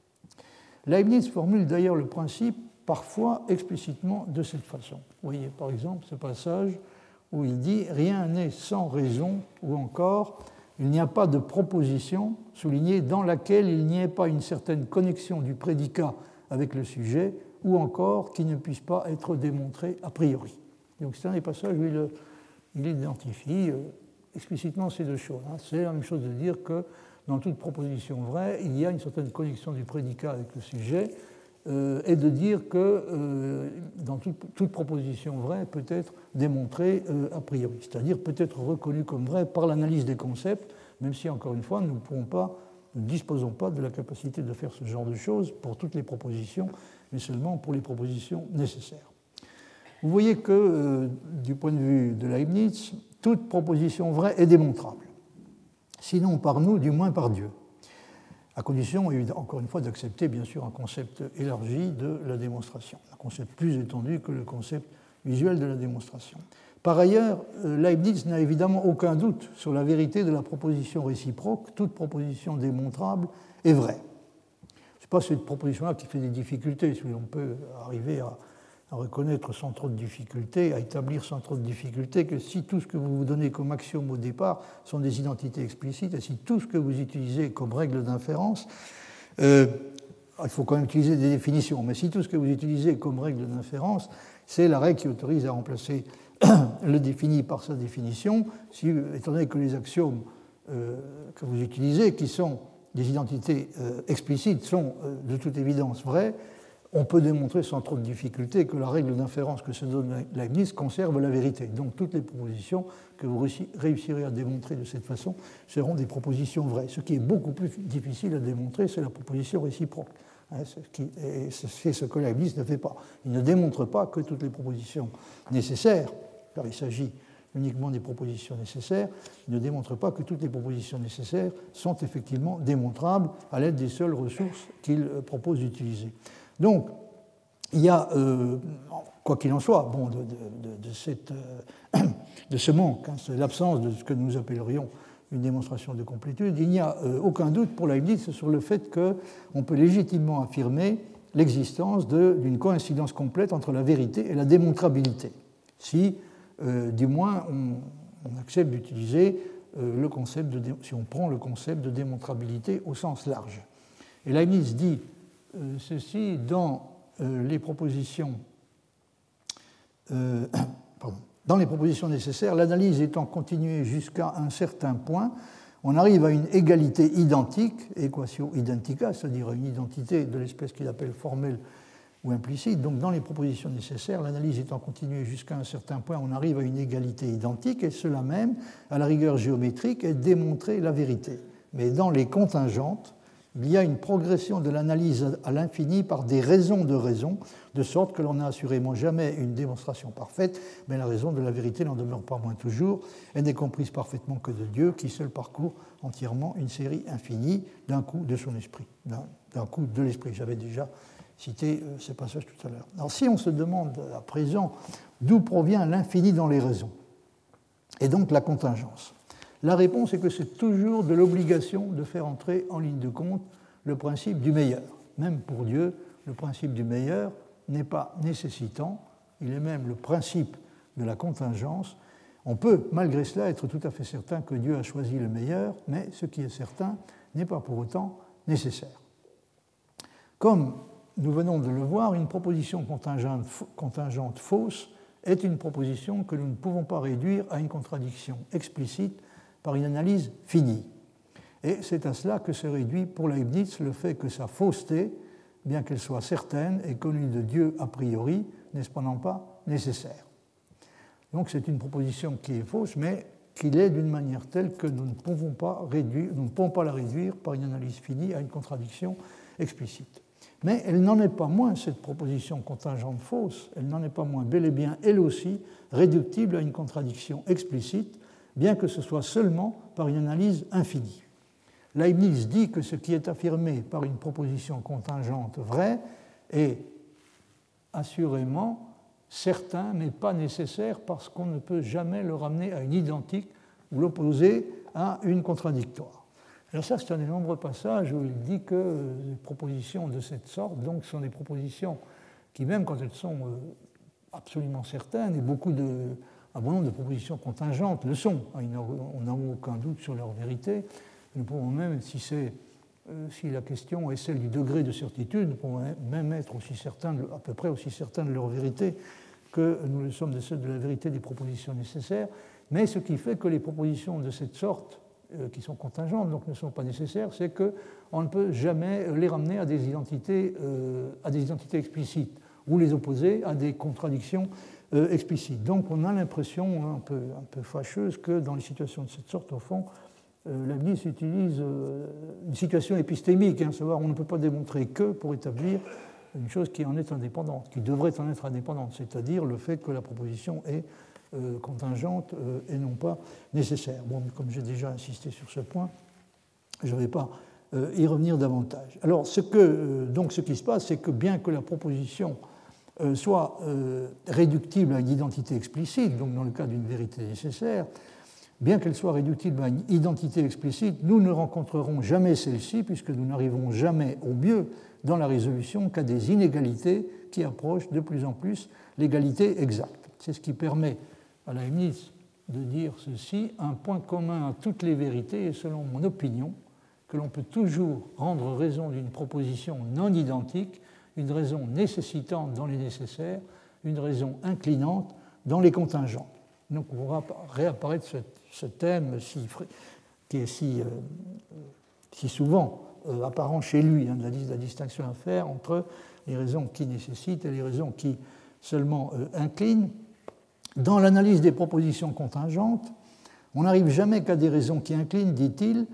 Leibniz formule d'ailleurs le principe parfois explicitement de cette façon. Vous voyez par exemple ce passage où il dit « Rien n'est sans raison » ou encore « Il n'y a pas de proposition soulignée dans laquelle il n'y ait pas une certaine connexion du prédicat avec le sujet ou encore qui ne puisse pas être démontrée a priori. » Donc c'est un des passages où il identifie explicitement ces deux choses. C'est la même chose de dire que dans toute proposition vraie, il y a une certaine connexion du prédicat avec le sujet, et de dire que dans toute proposition vraie peut être démontrée a priori, c'est-à-dire peut être reconnue comme vraie par l'analyse des concepts, même si, encore une fois, nous ne pourrons pas Nous ne disposons pas de la capacité de faire ce genre de choses pour toutes les propositions, mais seulement pour les propositions nécessaires. Vous voyez que, du point de vue de Leibniz, toute proposition vraie est démontrable. Sinon par nous, du moins par Dieu. À condition, encore une fois, d'accepter bien sûr un concept élargi de la démonstration, un concept plus étendu que le concept visuel de la démonstration. Par ailleurs, Leibniz n'a évidemment aucun doute sur la vérité de la proposition réciproque. Toute proposition démontrable est vraie. Ce n'est pas cette proposition-là qui fait des difficultés. On peut arriver à reconnaître sans trop de difficultés, à établir sans trop de difficultés que si tout ce que vous vous donnez comme axiome au départ sont des identités explicites, et si tout ce que vous utilisez comme règle d'inférence, il faut quand même utiliser des définitions, mais si tout ce que vous utilisez comme règle d'inférence, c'est la règle qui autorise à remplacer le défini par sa définition, étant donné que les axiomes que vous utilisez, qui sont des identités explicites, sont de toute évidence vrais, on peut démontrer sans trop de difficulté que la règle d'inférence que se donne Leibniz conserve la vérité. Donc toutes les propositions que vous réussirez à démontrer de cette façon seront des propositions vraies. Ce qui est beaucoup plus difficile à démontrer, c'est la proposition réciproque. C'est ce que Leibniz ne fait pas. Il ne démontre pas que toutes les propositions nécessaires, car il s'agit uniquement des propositions nécessaires, il ne démontre pas que toutes les propositions nécessaires sont effectivement démontrables à l'aide des seules ressources qu'il propose d'utiliser. Donc, il y a, quoi qu'il en soit, bon, de ce manque, l'absence de ce que nous appellerions une démonstration de complétude, il n'y a aucun doute pour Leibniz sur le fait qu'on peut légitimement affirmer l'existence d'une coïncidence complète entre la vérité et la démontrabilité, si, du moins, on accepte d'utiliser le concept si on prend le concept de démontrabilité au sens large. Et Leibniz dit ceci dans les propositions nécessaires, l'analyse étant continuée jusqu'à un certain point, on arrive à une égalité identique, equatio identica, c'est-à-dire une identité de l'espèce qu'il appelle formelle ou implicite. Donc dans les propositions nécessaires, l'analyse étant continuée jusqu'à un certain point, on arrive à une égalité identique, et cela même, à la rigueur géométrique, est démontrer la vérité. Mais dans les contingentes, il y a une progression de l'analyse à l'infini par des raisons de raison, de sorte que l'on n'a assurément jamais une démonstration parfaite, mais la raison de la vérité n'en demeure pas moins toujours. Elle n'est comprise parfaitement que de Dieu, qui seul parcourt entièrement une série infinie d'un coup de son esprit, d'un coup de l'esprit. J'avais déjà cité ces passages tout à l'heure. Alors si on se demande à présent d'où provient l'infini dans les raisons, et donc la contingence, la réponse est que c'est toujours de l'obligation de faire entrer en ligne de compte le principe du meilleur. Même pour Dieu, le principe du meilleur n'est pas nécessitant, il est même le principe de la contingence. On peut, malgré cela, être tout à fait certain que Dieu a choisi le meilleur, mais ce qui est certain n'est pas pour autant nécessaire. Comme nous venons de le voir, une proposition contingente fausse est une proposition que nous ne pouvons pas réduire à une contradiction explicite par une analyse finie. Et c'est à cela que se réduit pour Leibniz le fait que sa fausseté, bien qu'elle soit certaine et connue de Dieu a priori, n'est cependant pas nécessaire. Donc c'est une proposition qui est fausse, mais qui l'est d'une manière telle que nous ne pouvons pas la réduire par une analyse finie à une contradiction explicite. Mais elle n'en est pas moins, cette proposition contingente fausse, elle n'en est pas moins bel et bien, elle aussi, réductible à une contradiction explicite, bien que ce soit seulement par une analyse infinie. Leibniz dit que ce qui est affirmé par une proposition contingente vraie est assurément certain, mais pas nécessaire, parce qu'on ne peut jamais le ramener à une identique ou l'opposer à une contradictoire. Alors ça, c'est un des nombreux passages où il dit que les propositions de cette sorte donc, sont des propositions qui, même quand elles sont absolument certaines, et un bon nombre de propositions contingentes le sont, on n'a aucun doute sur leur vérité. Nous pouvons même, si la question est celle du degré de certitude, nous pouvons même être à peu près aussi certains de leur vérité que nous le sommes de celle de la vérité des propositions nécessaires. Mais ce qui fait que les propositions de cette sorte, qui sont contingentes, donc ne sont pas nécessaires, c'est qu'on ne peut jamais les ramener à des identités explicites ou les opposer à des contradictions explicites. Donc on a l'impression un peu fâcheuse que dans les situations de cette sorte, au fond, Leibniz utilise une situation épistémique, à savoir on ne peut pas démontrer que pour établir une chose qui en est indépendante, qui devrait en être indépendante, c'est-à-dire le fait que la proposition est contingente et non pas nécessaire. Bon, comme j'ai déjà insisté sur ce point, je ne vais pas y revenir davantage. Alors, ce qui se passe, c'est que bien que la proposition soit réductible à une identité explicite, donc dans le cas d'une vérité nécessaire, bien qu'elle soit réductible à une identité explicite, nous ne rencontrerons jamais celle-ci, puisque nous n'arriverons jamais au mieux dans la résolution qu'à des inégalités qui approchent de plus en plus l'égalité exacte. C'est ce qui permet à Leibniz de dire ceci: un point commun à toutes les vérités est, selon mon opinion, que l'on peut toujours rendre raison d'une proposition non identique, une raison nécessitante dans les nécessaires, une raison inclinante dans les contingents. Donc on va réapparaître ce thème qui est si souvent apparent chez lui, de la distinction à faire entre les raisons qui nécessitent et les raisons qui seulement inclinent. Dans l'analyse des propositions contingentes, on n'arrive jamais qu'à des raisons qui inclinent, dit-il,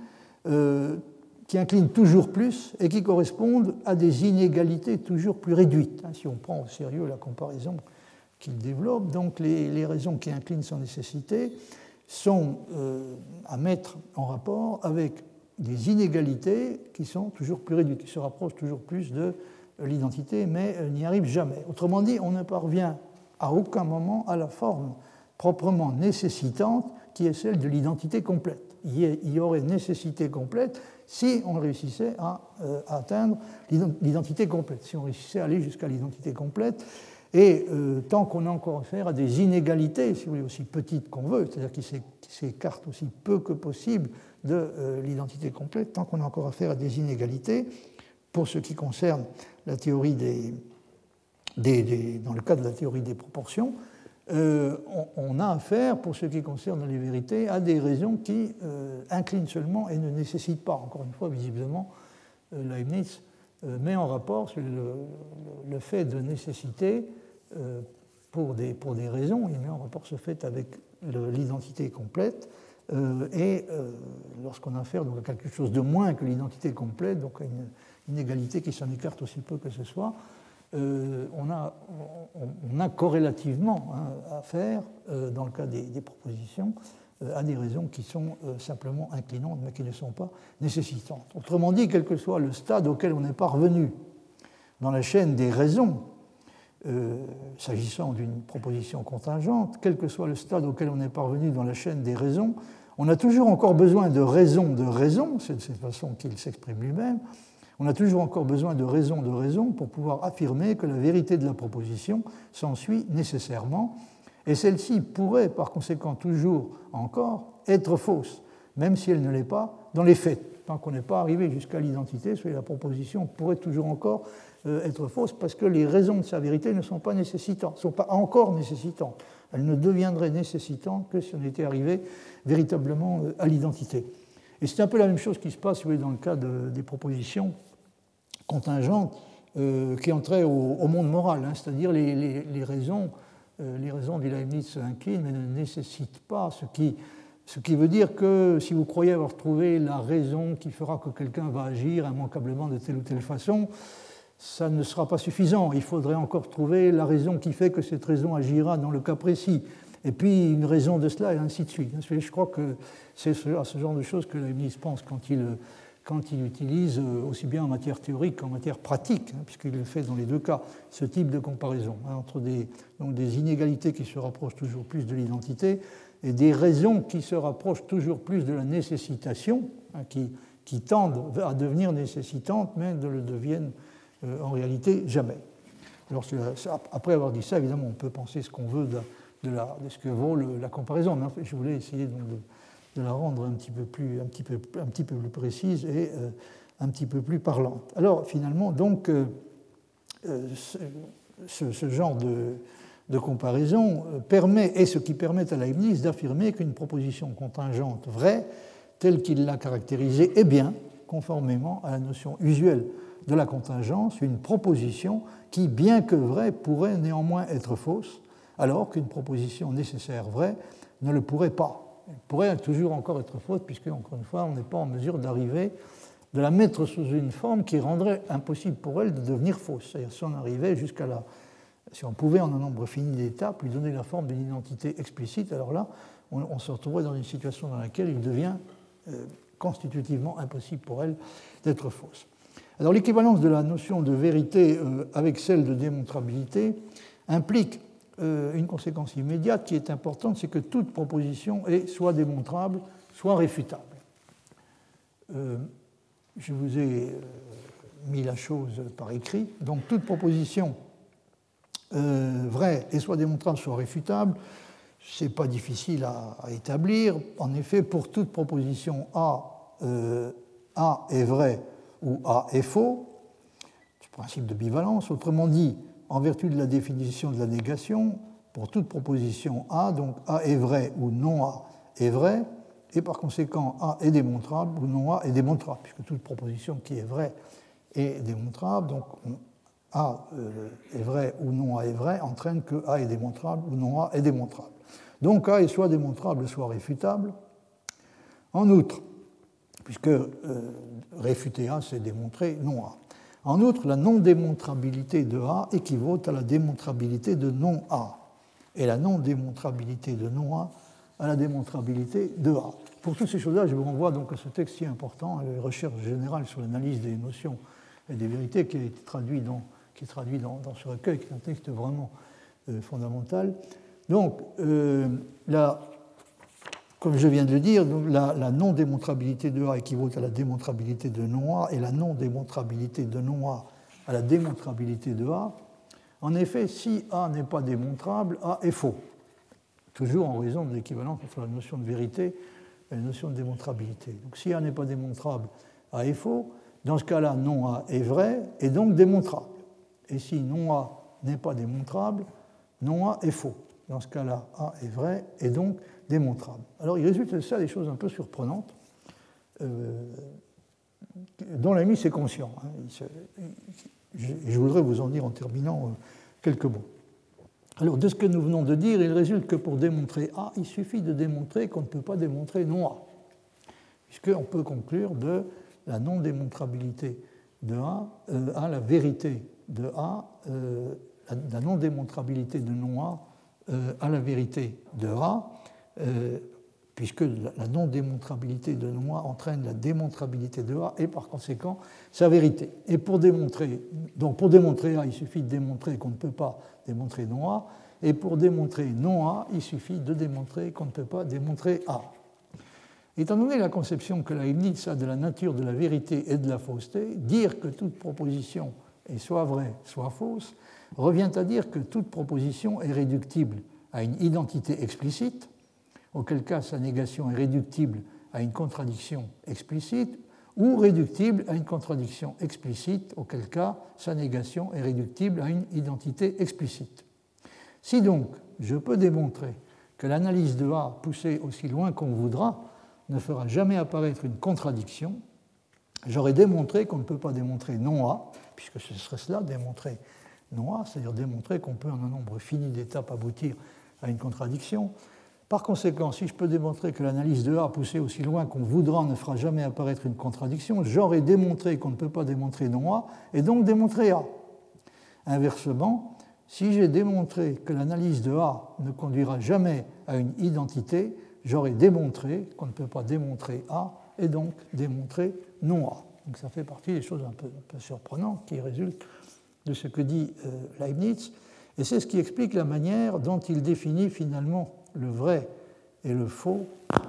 qui inclinent toujours plus et qui correspondent à des inégalités toujours plus réduites. Si on prend au sérieux la comparaison qu'il développe, donc les raisons qui inclinent sans nécessité sont à mettre en rapport avec des inégalités qui sont toujours plus réduites, qui se rapprochent toujours plus de l'identité, mais n'y arrivent jamais. Autrement dit, on ne parvient à aucun moment à la forme proprement nécessitante qui est celle de l'identité complète. Il y aurait nécessité complète si on réussissait à atteindre l'identité complète, si on réussissait à aller jusqu'à l'identité complète. Et tant qu'on a encore affaire à des inégalités, si vous voulez, aussi petites qu'on veut, c'est-à-dire qui s'écartent aussi peu que possible de l'identité complète, tant qu'on a encore affaire à des inégalités, pour ce qui concerne la théorie dans le cas de la théorie des proportions, on a affaire, pour ce qui concerne les vérités, à des raisons qui inclinent seulement et ne nécessitent pas. Encore une fois, visiblement, Leibniz met en rapport le fait de nécessité pour des raisons, il met en rapport ce fait avec l'identité complète, et lorsqu'on a affaire donc, à quelque chose de moins que l'identité complète, donc à une égalité qui s'en écarte aussi peu que ce soit, on a corrélativement affaire, dans le cas des propositions, à des raisons qui sont simplement inclinantes, mais qui ne sont pas nécessitantes. Autrement dit, quel que soit le stade auquel on est parvenu dans la chaîne des raisons, s'agissant d'une proposition contingente, quel que soit le stade auquel on est parvenu dans la chaîne des raisons, on a toujours encore besoin de raison, c'est de cette façon qu'il s'exprime lui-même, on a toujours encore besoin de raison pour pouvoir affirmer que la vérité de la proposition s'ensuit nécessairement, et celle-ci pourrait par conséquent toujours encore être fausse, même si elle ne l'est pas dans les faits. Tant qu'on n'est pas arrivé jusqu'à l'identité, la proposition pourrait toujours encore être fausse parce que les raisons de sa vérité ne sont pas nécessitantes, ne sont pas encore nécessitantes. Elles ne deviendraient nécessitantes que si on était arrivé véritablement à l'identité. Et c'est un peu la même chose qui se passe, vous voyez, dans le cas des propositions contingentes qui entraient au monde moral, c'est-à-dire les raisons du Leibniz inclinent mais ne nécessitent pas, ce qui veut dire que si vous croyez avoir trouvé la raison qui fera que quelqu'un va agir immanquablement de telle ou telle façon, ça ne sera pas suffisant. Il faudrait encore trouver la raison qui fait que cette raison agira dans le cas précis. Et puis une raison de cela, et ainsi de suite. Je crois que c'est à ce genre de choses que Leibniz pense quand il utilise, aussi bien en matière théorique qu'en matière pratique, puisqu'il le fait dans les deux cas, ce type de comparaison entre des inégalités qui se rapprochent toujours plus de l'identité et des raisons qui se rapprochent toujours plus de la nécessitation, qui tendent à devenir nécessitantes, mais ne le deviennent en réalité jamais. Alors, après avoir dit ça, évidemment, on peut penser ce qu'on veut de ce que vaut la comparaison, mais je voulais essayer de la rendre un petit peu plus précise et un petit peu plus parlante. Alors, finalement, donc, ce genre de comparaison est ce qui permet à Leibniz d'affirmer qu'une proposition contingente vraie, telle qu'il l'a caractérisée, est bien, conformément à la notion usuelle de la contingence, une proposition qui, bien que vraie, pourrait néanmoins être fausse, alors qu'une proposition nécessaire vraie ne le pourrait pas. Elle pourrait toujours encore être fausse, puisque, encore une fois, on n'est pas en mesure d'arriver, de la mettre sous une forme qui rendrait impossible pour elle de devenir fausse. C'est-à-dire si on arrivait jusqu'à la... Si on pouvait, en un nombre fini d'étapes, lui donner la forme d'une identité explicite, alors là, on se retrouverait dans une situation dans laquelle il devient constitutivement impossible pour elle d'être fausse. Alors l'équivalence de la notion de vérité avec celle de démontrabilité implique une conséquence immédiate qui est importante, c'est que toute proposition est soit démontrable, soit réfutable. Je vous ai mis la chose par écrit. Donc toute proposition vraie est soit démontrable, soit réfutable. Ce n'est pas difficile à établir. En effet, pour toute proposition A est vrai ou A est faux, c'est le principe de bivalence. Autrement dit, en vertu de la définition de la négation, pour toute proposition A, donc A est vrai ou non A est vrai, et par conséquent A est démontrable ou non A est démontrable, puisque toute proposition qui est vraie est démontrable, donc A est vrai ou non A est vrai entraîne que A est démontrable ou non A est démontrable. Donc A est soit démontrable, soit réfutable. En outre, puisque réfuter A, c'est démontrer non A. En outre, la non-démontrabilité de A équivaut à la démontrabilité de non A, et la non-démontrabilité de non A à la démontrabilité de A. Pour toutes ces choses-là, je vous renvoie donc à ce texte si important, les recherches générales sur l'analyse des notions et des vérités, qui est traduit dans ce recueil, qui est un texte vraiment fondamental. Donc, comme je viens de le dire, la non-démontrabilité de A équivaut à la démontrabilité de non A et la non-démontrabilité de non A à la démontrabilité de A. En effet, si A n'est pas démontrable, A est faux, toujours en raison de l'équivalence entre la notion de vérité et la notion de démontrabilité. Donc si A n'est pas démontrable, A est faux. Dans ce cas-là, non A est vrai et donc démontrable. Et si non A n'est pas démontrable, non A est faux. Dans ce cas-là, A est vrai et donc démontrable. Alors il résulte de ça des choses un peu surprenantes, dont l'ami est conscient. Je voudrais vous en dire en terminant quelques mots. Alors de ce que nous venons de dire, il résulte que pour démontrer A, il suffit de démontrer qu'on ne peut pas démontrer non A, puisqu'on peut conclure de la non-démontrabilité de A à la vérité de A, la non-démontrabilité de non A à la vérité de A, puisque la non-démontrabilité de non A entraîne la démontrabilité de A et par conséquent sa vérité. Et pour démontrer A, il suffit de démontrer qu'on ne peut pas démontrer non A, et pour démontrer non A, il suffit de démontrer qu'on ne peut pas démontrer A. Étant donné la conception que Leibniz a de la nature de la vérité et de la fausseté, dire que toute proposition est soit vraie, soit fausse, revient à dire que toute proposition est réductible à une identité explicite, auquel cas sa négation est réductible à une contradiction explicite, ou réductible à une contradiction explicite, auquel cas sa négation est réductible à une identité explicite. Si donc je peux démontrer que l'analyse de A poussée aussi loin qu'on voudra ne fera jamais apparaître une contradiction, j'aurais démontré qu'on ne peut pas démontrer non A, puisque ce serait cela, démontrer non A, c'est-à-dire démontrer qu'on peut en un nombre fini d'étapes aboutir à une contradiction. Par conséquent, si je peux démontrer que l'analyse de A poussée aussi loin qu'on voudra ne fera jamais apparaître une contradiction, j'aurais démontré qu'on ne peut pas démontrer non A et donc démontrer A. Inversement, si j'ai démontré que l'analyse de A ne conduira jamais à une identité, j'aurais démontré qu'on ne peut pas démontrer A et donc démontrer non A. Donc ça fait partie des choses un peu surprenantes qui résultent de ce que dit Leibniz, et c'est ce qui explique la manière dont il définit finalement le vrai et le faux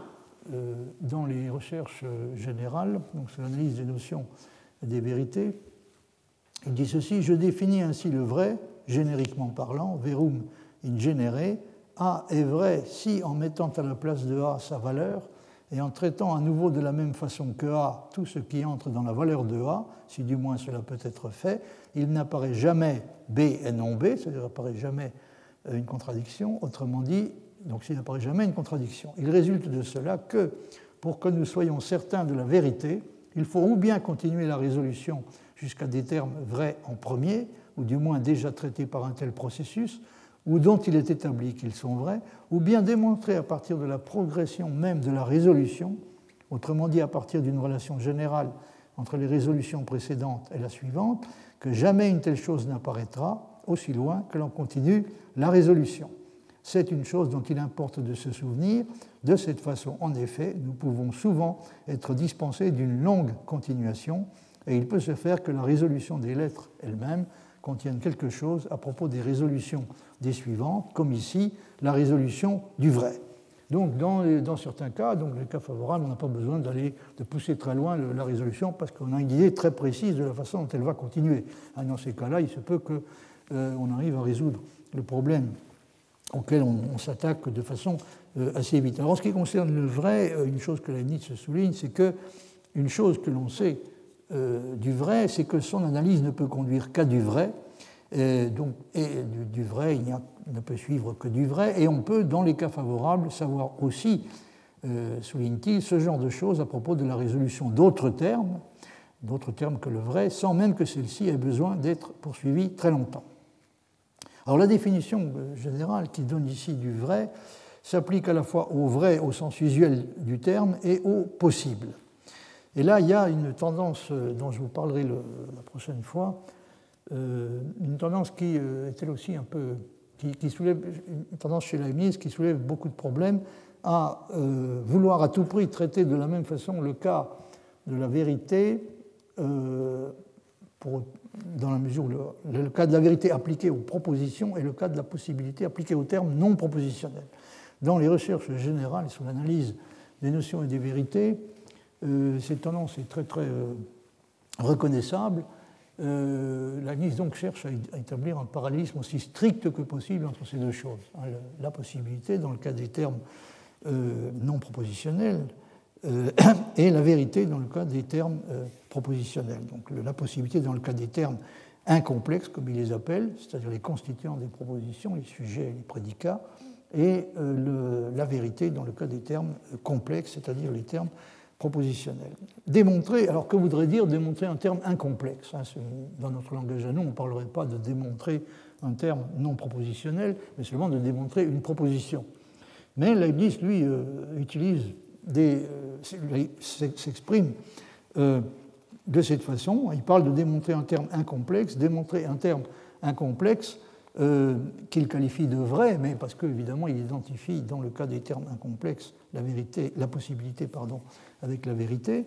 dans les recherches générales, donc sur l'analyse des notions et des vérités. Il dit ceci: je définis ainsi le vrai, génériquement parlant, verum in genere. A est vrai si, en mettant à la place de A sa valeur, et en traitant à nouveau de la même façon que A tout ce qui entre dans la valeur de A, si du moins cela peut être fait, il n'apparaît jamais B et non B, c'est-à-dire il n'apparaît jamais une contradiction, autrement dit, donc s'il n'apparaît jamais une contradiction. Il résulte de cela que, pour que nous soyons certains de la vérité, il faut ou bien continuer la résolution jusqu'à des termes vrais en premier, ou du moins déjà traités par un tel processus, ou dont il est établi qu'ils sont vrais, ou bien démontrer à partir de la progression même de la résolution, autrement dit à partir d'une relation générale entre les résolutions précédentes et la suivante, que jamais une telle chose n'apparaîtra aussi loin que l'on continue la résolution. C'est une chose dont il importe de se souvenir. De cette façon, en effet, nous pouvons souvent être dispensés d'une longue continuation, et il peut se faire que la résolution des lettres elles-mêmes contienne quelque chose à propos des résolutions des suivantes, comme ici la résolution du vrai. Donc, dans certains cas, donc les cas favorables, on n'a pas besoin de pousser très loin la résolution parce qu'on a une idée très précise de la façon dont elle va continuer. Dans ces cas-là, il se peut qu'on arrive à résoudre le problème auquel on s'attaque de façon assez vite. Alors, en ce qui concerne le vrai, une chose que Leibniz souligne, c'est qu'une chose que l'on sait du vrai, c'est que son analyse ne peut conduire qu'à du vrai. Et du vrai, il ne peut suivre que du vrai, et on peut, dans les cas favorables, savoir aussi, souligne-t-il, ce genre de choses à propos de la résolution d'autres termes que le vrai, sans même que celle-ci ait besoin d'être poursuivie très longtemps. Alors la définition générale qu'il donne ici du vrai s'applique à la fois au vrai au sens usuel du terme et au possible. Et là, il y a une tendance dont je vous parlerai la prochaine fois, une tendance qui est elle aussi un peu, qui soulève, une tendance chez Leibniz qui soulève beaucoup de problèmes à vouloir à tout prix traiter de la même façon le cas de la vérité, dans la mesure où le cas de la vérité appliquée aux propositions et le cas de la possibilité appliquée aux termes non propositionnels. Dans les recherches générales sur l'analyse des notions et des vérités, cette tendance est très très reconnaissable. Leibniz donc cherche à établir un parallélisme aussi strict que possible entre ces deux choses. La possibilité dans le cas des termes non propositionnels et la vérité dans le cas des termes propositionnels. Donc la possibilité dans le cas des termes incomplexes, comme il les appelle, c'est-à-dire les constituants des propositions, les sujets et les prédicats, et la vérité dans le cas des termes complexes, c'est-à-dire les termes propositionnels. Démontrer, alors que voudrait dire démontrer un terme incomplexe? Dans notre langage à nous, on ne parlerait pas de démontrer un terme non propositionnel, mais seulement de démontrer une proposition. Mais Leibniz, lui, s'exprime de cette façon. Il parle de démontrer un terme incomplexe, démontrer un terme incomplexe qu'il qualifie de vrai, mais parce qu'évidemment, il identifie dans le cas des termes incomplexes la possibilité avec la vérité.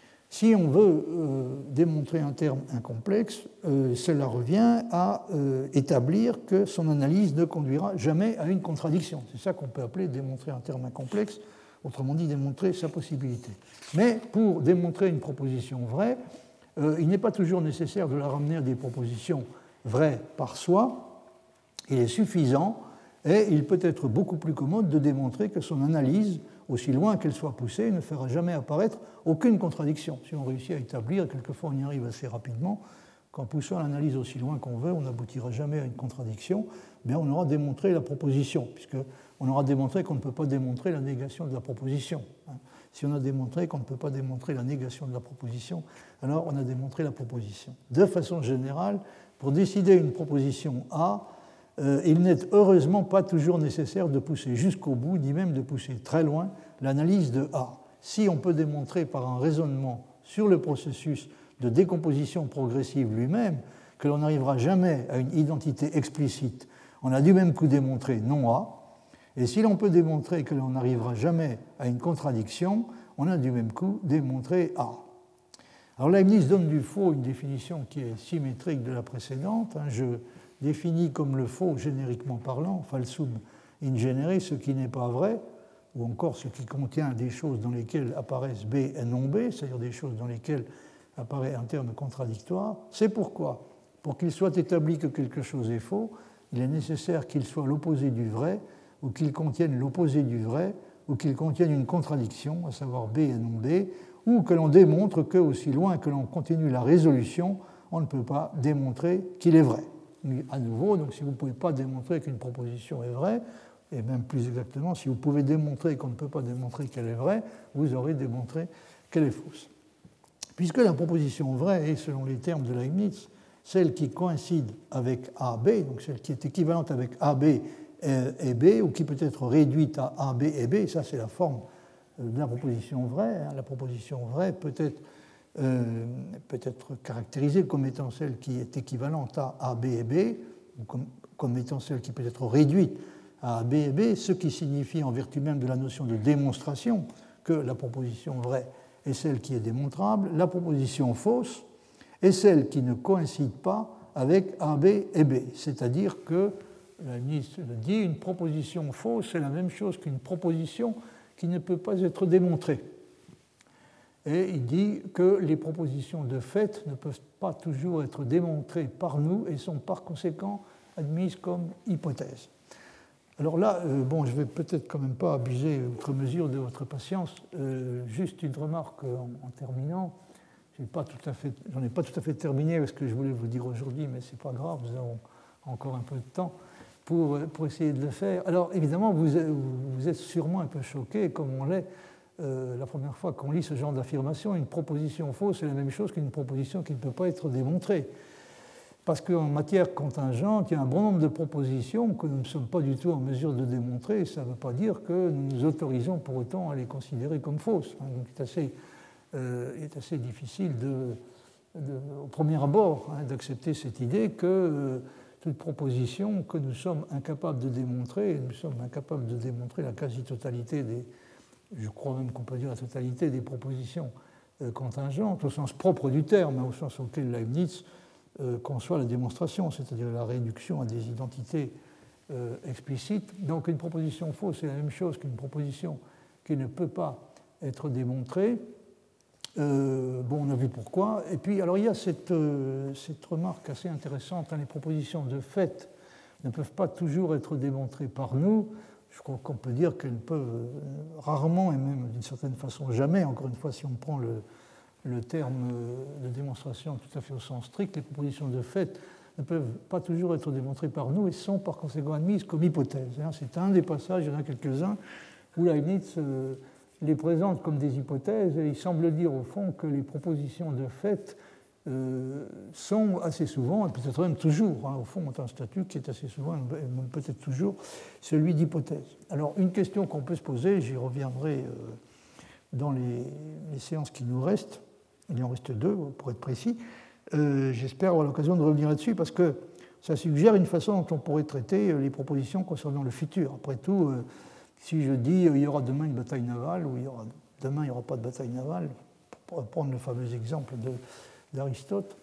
Si on veut démontrer un terme incomplexe, cela revient à établir que son analyse ne conduira jamais à une contradiction. C'est ça qu'on peut appeler démontrer un terme incomplexe, autrement dit démontrer sa possibilité. Mais pour démontrer une proposition vraie, il n'est pas toujours nécessaire de la ramener à des propositions vraies par soi. Il est suffisant et il peut être beaucoup plus commode de démontrer que son analyse, aussi loin qu'elle soit poussée, ne fera jamais apparaître aucune contradiction. Si on réussit à établir, quelquefois on y arrive assez rapidement, qu'en poussant l'analyse aussi loin qu'on veut, on n'aboutira jamais à une contradiction, bien on aura démontré la proposition, puisqu'on aura démontré qu'on ne peut pas démontrer la négation de la proposition. Si on a démontré qu'on ne peut pas démontrer la négation de la proposition, alors on a démontré la proposition. De façon générale, pour décider une proposition A, il n'est heureusement pas toujours nécessaire de pousser jusqu'au bout, ni même de pousser très loin l'analyse de A. Si on peut démontrer par un raisonnement sur le processus de décomposition progressive lui-même que l'on n'arrivera jamais à une identité explicite, on a du même coup démontré non A. Et si l'on peut démontrer que l'on n'arrivera jamais à une contradiction, on a du même coup démontré A. Alors Leibniz donne du faux une définition qui est symétrique de la précédente. Je définis comme le faux, génériquement parlant, falsum in genere, ce qui n'est pas vrai, ou encore ce qui contient des choses dans lesquelles apparaissent B et non B, c'est-à-dire des choses dans lesquelles apparaît un terme contradictoire. C'est pourquoi, pour qu'il soit établi que quelque chose est faux, il est nécessaire qu'il soit l'opposé du vrai, ou qu'il contienne l'opposé du vrai, ou qu'il contienne une contradiction, à savoir B et non B, ou que l'on démontre que, aussi loin que l'on continue la résolution, on ne peut pas démontrer qu'il est vrai. Mais à nouveau, donc si vous ne pouvez pas démontrer qu'une proposition est vraie, et même plus exactement, si vous pouvez démontrer qu'on ne peut pas démontrer qu'elle est vraie, vous aurez démontré qu'elle est fausse. Puisque la proposition vraie est, selon les termes de Leibniz, celle qui coïncide avec AB, donc celle qui est équivalente avec AB et B, ou qui peut être réduite à AB et B. Ça, c'est la forme de la proposition vraie. La proposition vraie peut être caractérisée comme étant celle qui est équivalente à AB et B, ou comme étant celle qui peut être réduite à AB et B, ce qui signifie en vertu même de la notion de démonstration que la proposition vraie est celle qui est démontrable. La proposition fausse est celle qui ne coïncide pas avec AB et B, c'est-à-dire que, Leibniz le dit, une proposition fausse c'est la même chose qu'une proposition qui ne peut pas être démontrée. Et il dit que les propositions de fait ne peuvent pas toujours être démontrées par nous et sont par conséquent admises comme hypothèses. Alors là, bon, je ne vais peut-être quand même pas abuser outre mesure de votre patience. Juste une remarque en terminant. J'en ai pas tout à fait terminé avec ce que je voulais vous dire aujourd'hui, mais ce n'est pas grave, nous avons encore un peu de temps pour essayer de le faire. Alors évidemment, vous êtes sûrement un peu choqués, comme on l'est, la première fois qu'on lit ce genre d'affirmation. Une proposition fausse, c'est la même chose qu'une proposition qui ne peut pas être démontrée. Parce qu'en matière contingente, il y a un bon nombre de propositions que nous ne sommes pas du tout en mesure de démontrer, et ça ne veut pas dire que nous nous autorisons pour autant à les considérer comme fausses. Donc il est assez difficile au premier abord d'accepter cette idée que toute proposition que nous sommes incapables de démontrer, et nous sommes incapables de démontrer la quasi-totalité je crois même qu'on peut dire la totalité des propositions contingentes, au sens propre du terme, au sens auquel Leibniz conçoit la démonstration, c'est-à-dire la réduction à des identités explicites. Donc une proposition fausse, c'est la même chose qu'une proposition qui ne peut pas être démontrée. On a vu pourquoi. Et puis, alors il y a cette remarque assez intéressante, les propositions de fait ne peuvent pas toujours être démontrées par nous. Je crois qu'on peut dire qu'elles peuvent rarement, et même d'une certaine façon jamais, encore une fois, si on prend le terme de démonstration tout à fait au sens strict, les propositions de fait ne peuvent pas toujours être démontrées par nous et sont par conséquent admises comme hypothèses. C'est un des passages, il y en a quelques-uns, où Leibniz les présente comme des hypothèses et il semble dire au fond que les propositions de fait sont assez souvent, et peut-être même toujours, au fond, ont un statut qui est assez souvent, et même peut-être toujours, celui d'hypothèse. Alors une question qu'on peut se poser, j'y reviendrai dans les séances qui nous restent, il en reste 2 pour être précis, j'espère avoir l'occasion de revenir là-dessus parce que ça suggère une façon dont on pourrait traiter les propositions concernant le futur. Après tout, si je dis il y aura demain une bataille navale ou demain il n'y aura pas de bataille navale, pour prendre le fameux exemple d'Aristote,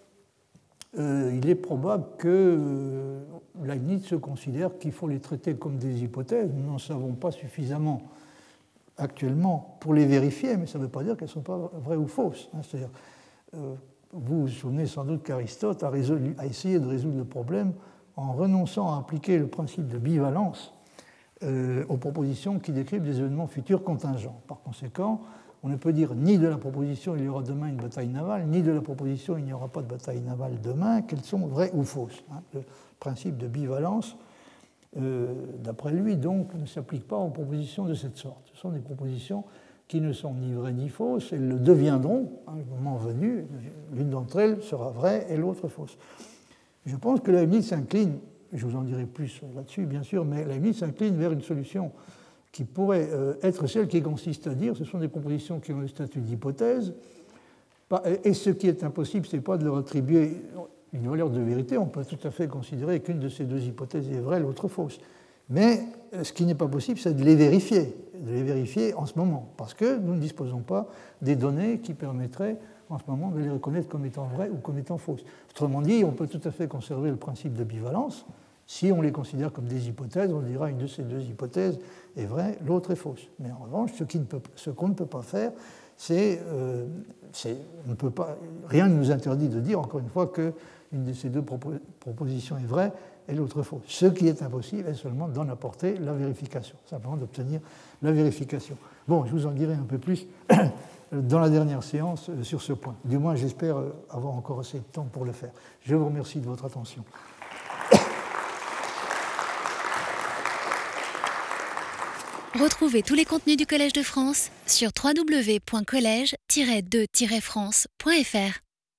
il est probable que Leibniz se considère qu'il faut les traiter comme des hypothèses. Nous n'en savons pas suffisamment actuellement pour les vérifier, mais ça ne veut pas dire qu'elles ne sont pas vraies ou fausses. C'est-à-dire, vous vous souvenez sans doute qu'Aristote a essayé de résoudre le problème en renonçant à appliquer le principe de bivalence aux propositions qui décrivent des événements futurs contingents. Par conséquent, on ne peut dire ni de la proposition il y aura demain une bataille navale, ni de la proposition il n'y aura pas de bataille navale demain, qu'elles sont vraies ou fausses. Le principe de bivalence, d'après lui, donc, ne s'applique pas aux propositions de cette sorte. Ce sont des propositions qui ne sont ni vraies ni fausses, elles le deviendront, le moment venu, l'une d'entre elles sera vraie et l'autre fausse. Je pense que Leibniz s'incline, je vous en dirai plus là-dessus bien sûr, mais Leibniz s'incline vers une solution qui pourrait être celle qui consiste à dire ce sont des propositions qui ont le statut d'hypothèse, et ce qui est impossible, ce n'est pas de leur attribuer une valeur de vérité, on peut tout à fait considérer qu'une de ces 2 hypothèses est vraie, l'autre fausse. Mais ce qui n'est pas possible, c'est de les vérifier en ce moment, parce que nous ne disposons pas des données qui permettraient en ce moment de les reconnaître comme étant vraies ou comme étant fausses. Autrement dit, on peut tout à fait conserver le principe de bivalence. Si on les considère comme des hypothèses, on dira une de ces 2 hypothèses est vraie, l'autre est fausse. Mais en revanche, ce qu'on ne peut pas faire, rien ne nous interdit de dire, encore une fois, qu'une de ces 2 propositions est vraie et l'autre fausse. Ce qui est impossible est seulement d'en apporter la vérification, simplement d'obtenir la vérification. Bon, je vous en dirai un peu plus dans la dernière séance sur ce point. Du moins, j'espère avoir encore assez de temps pour le faire. Je vous remercie de votre attention. Retrouvez tous les contenus du Collège de France sur www.collège-2-france.fr.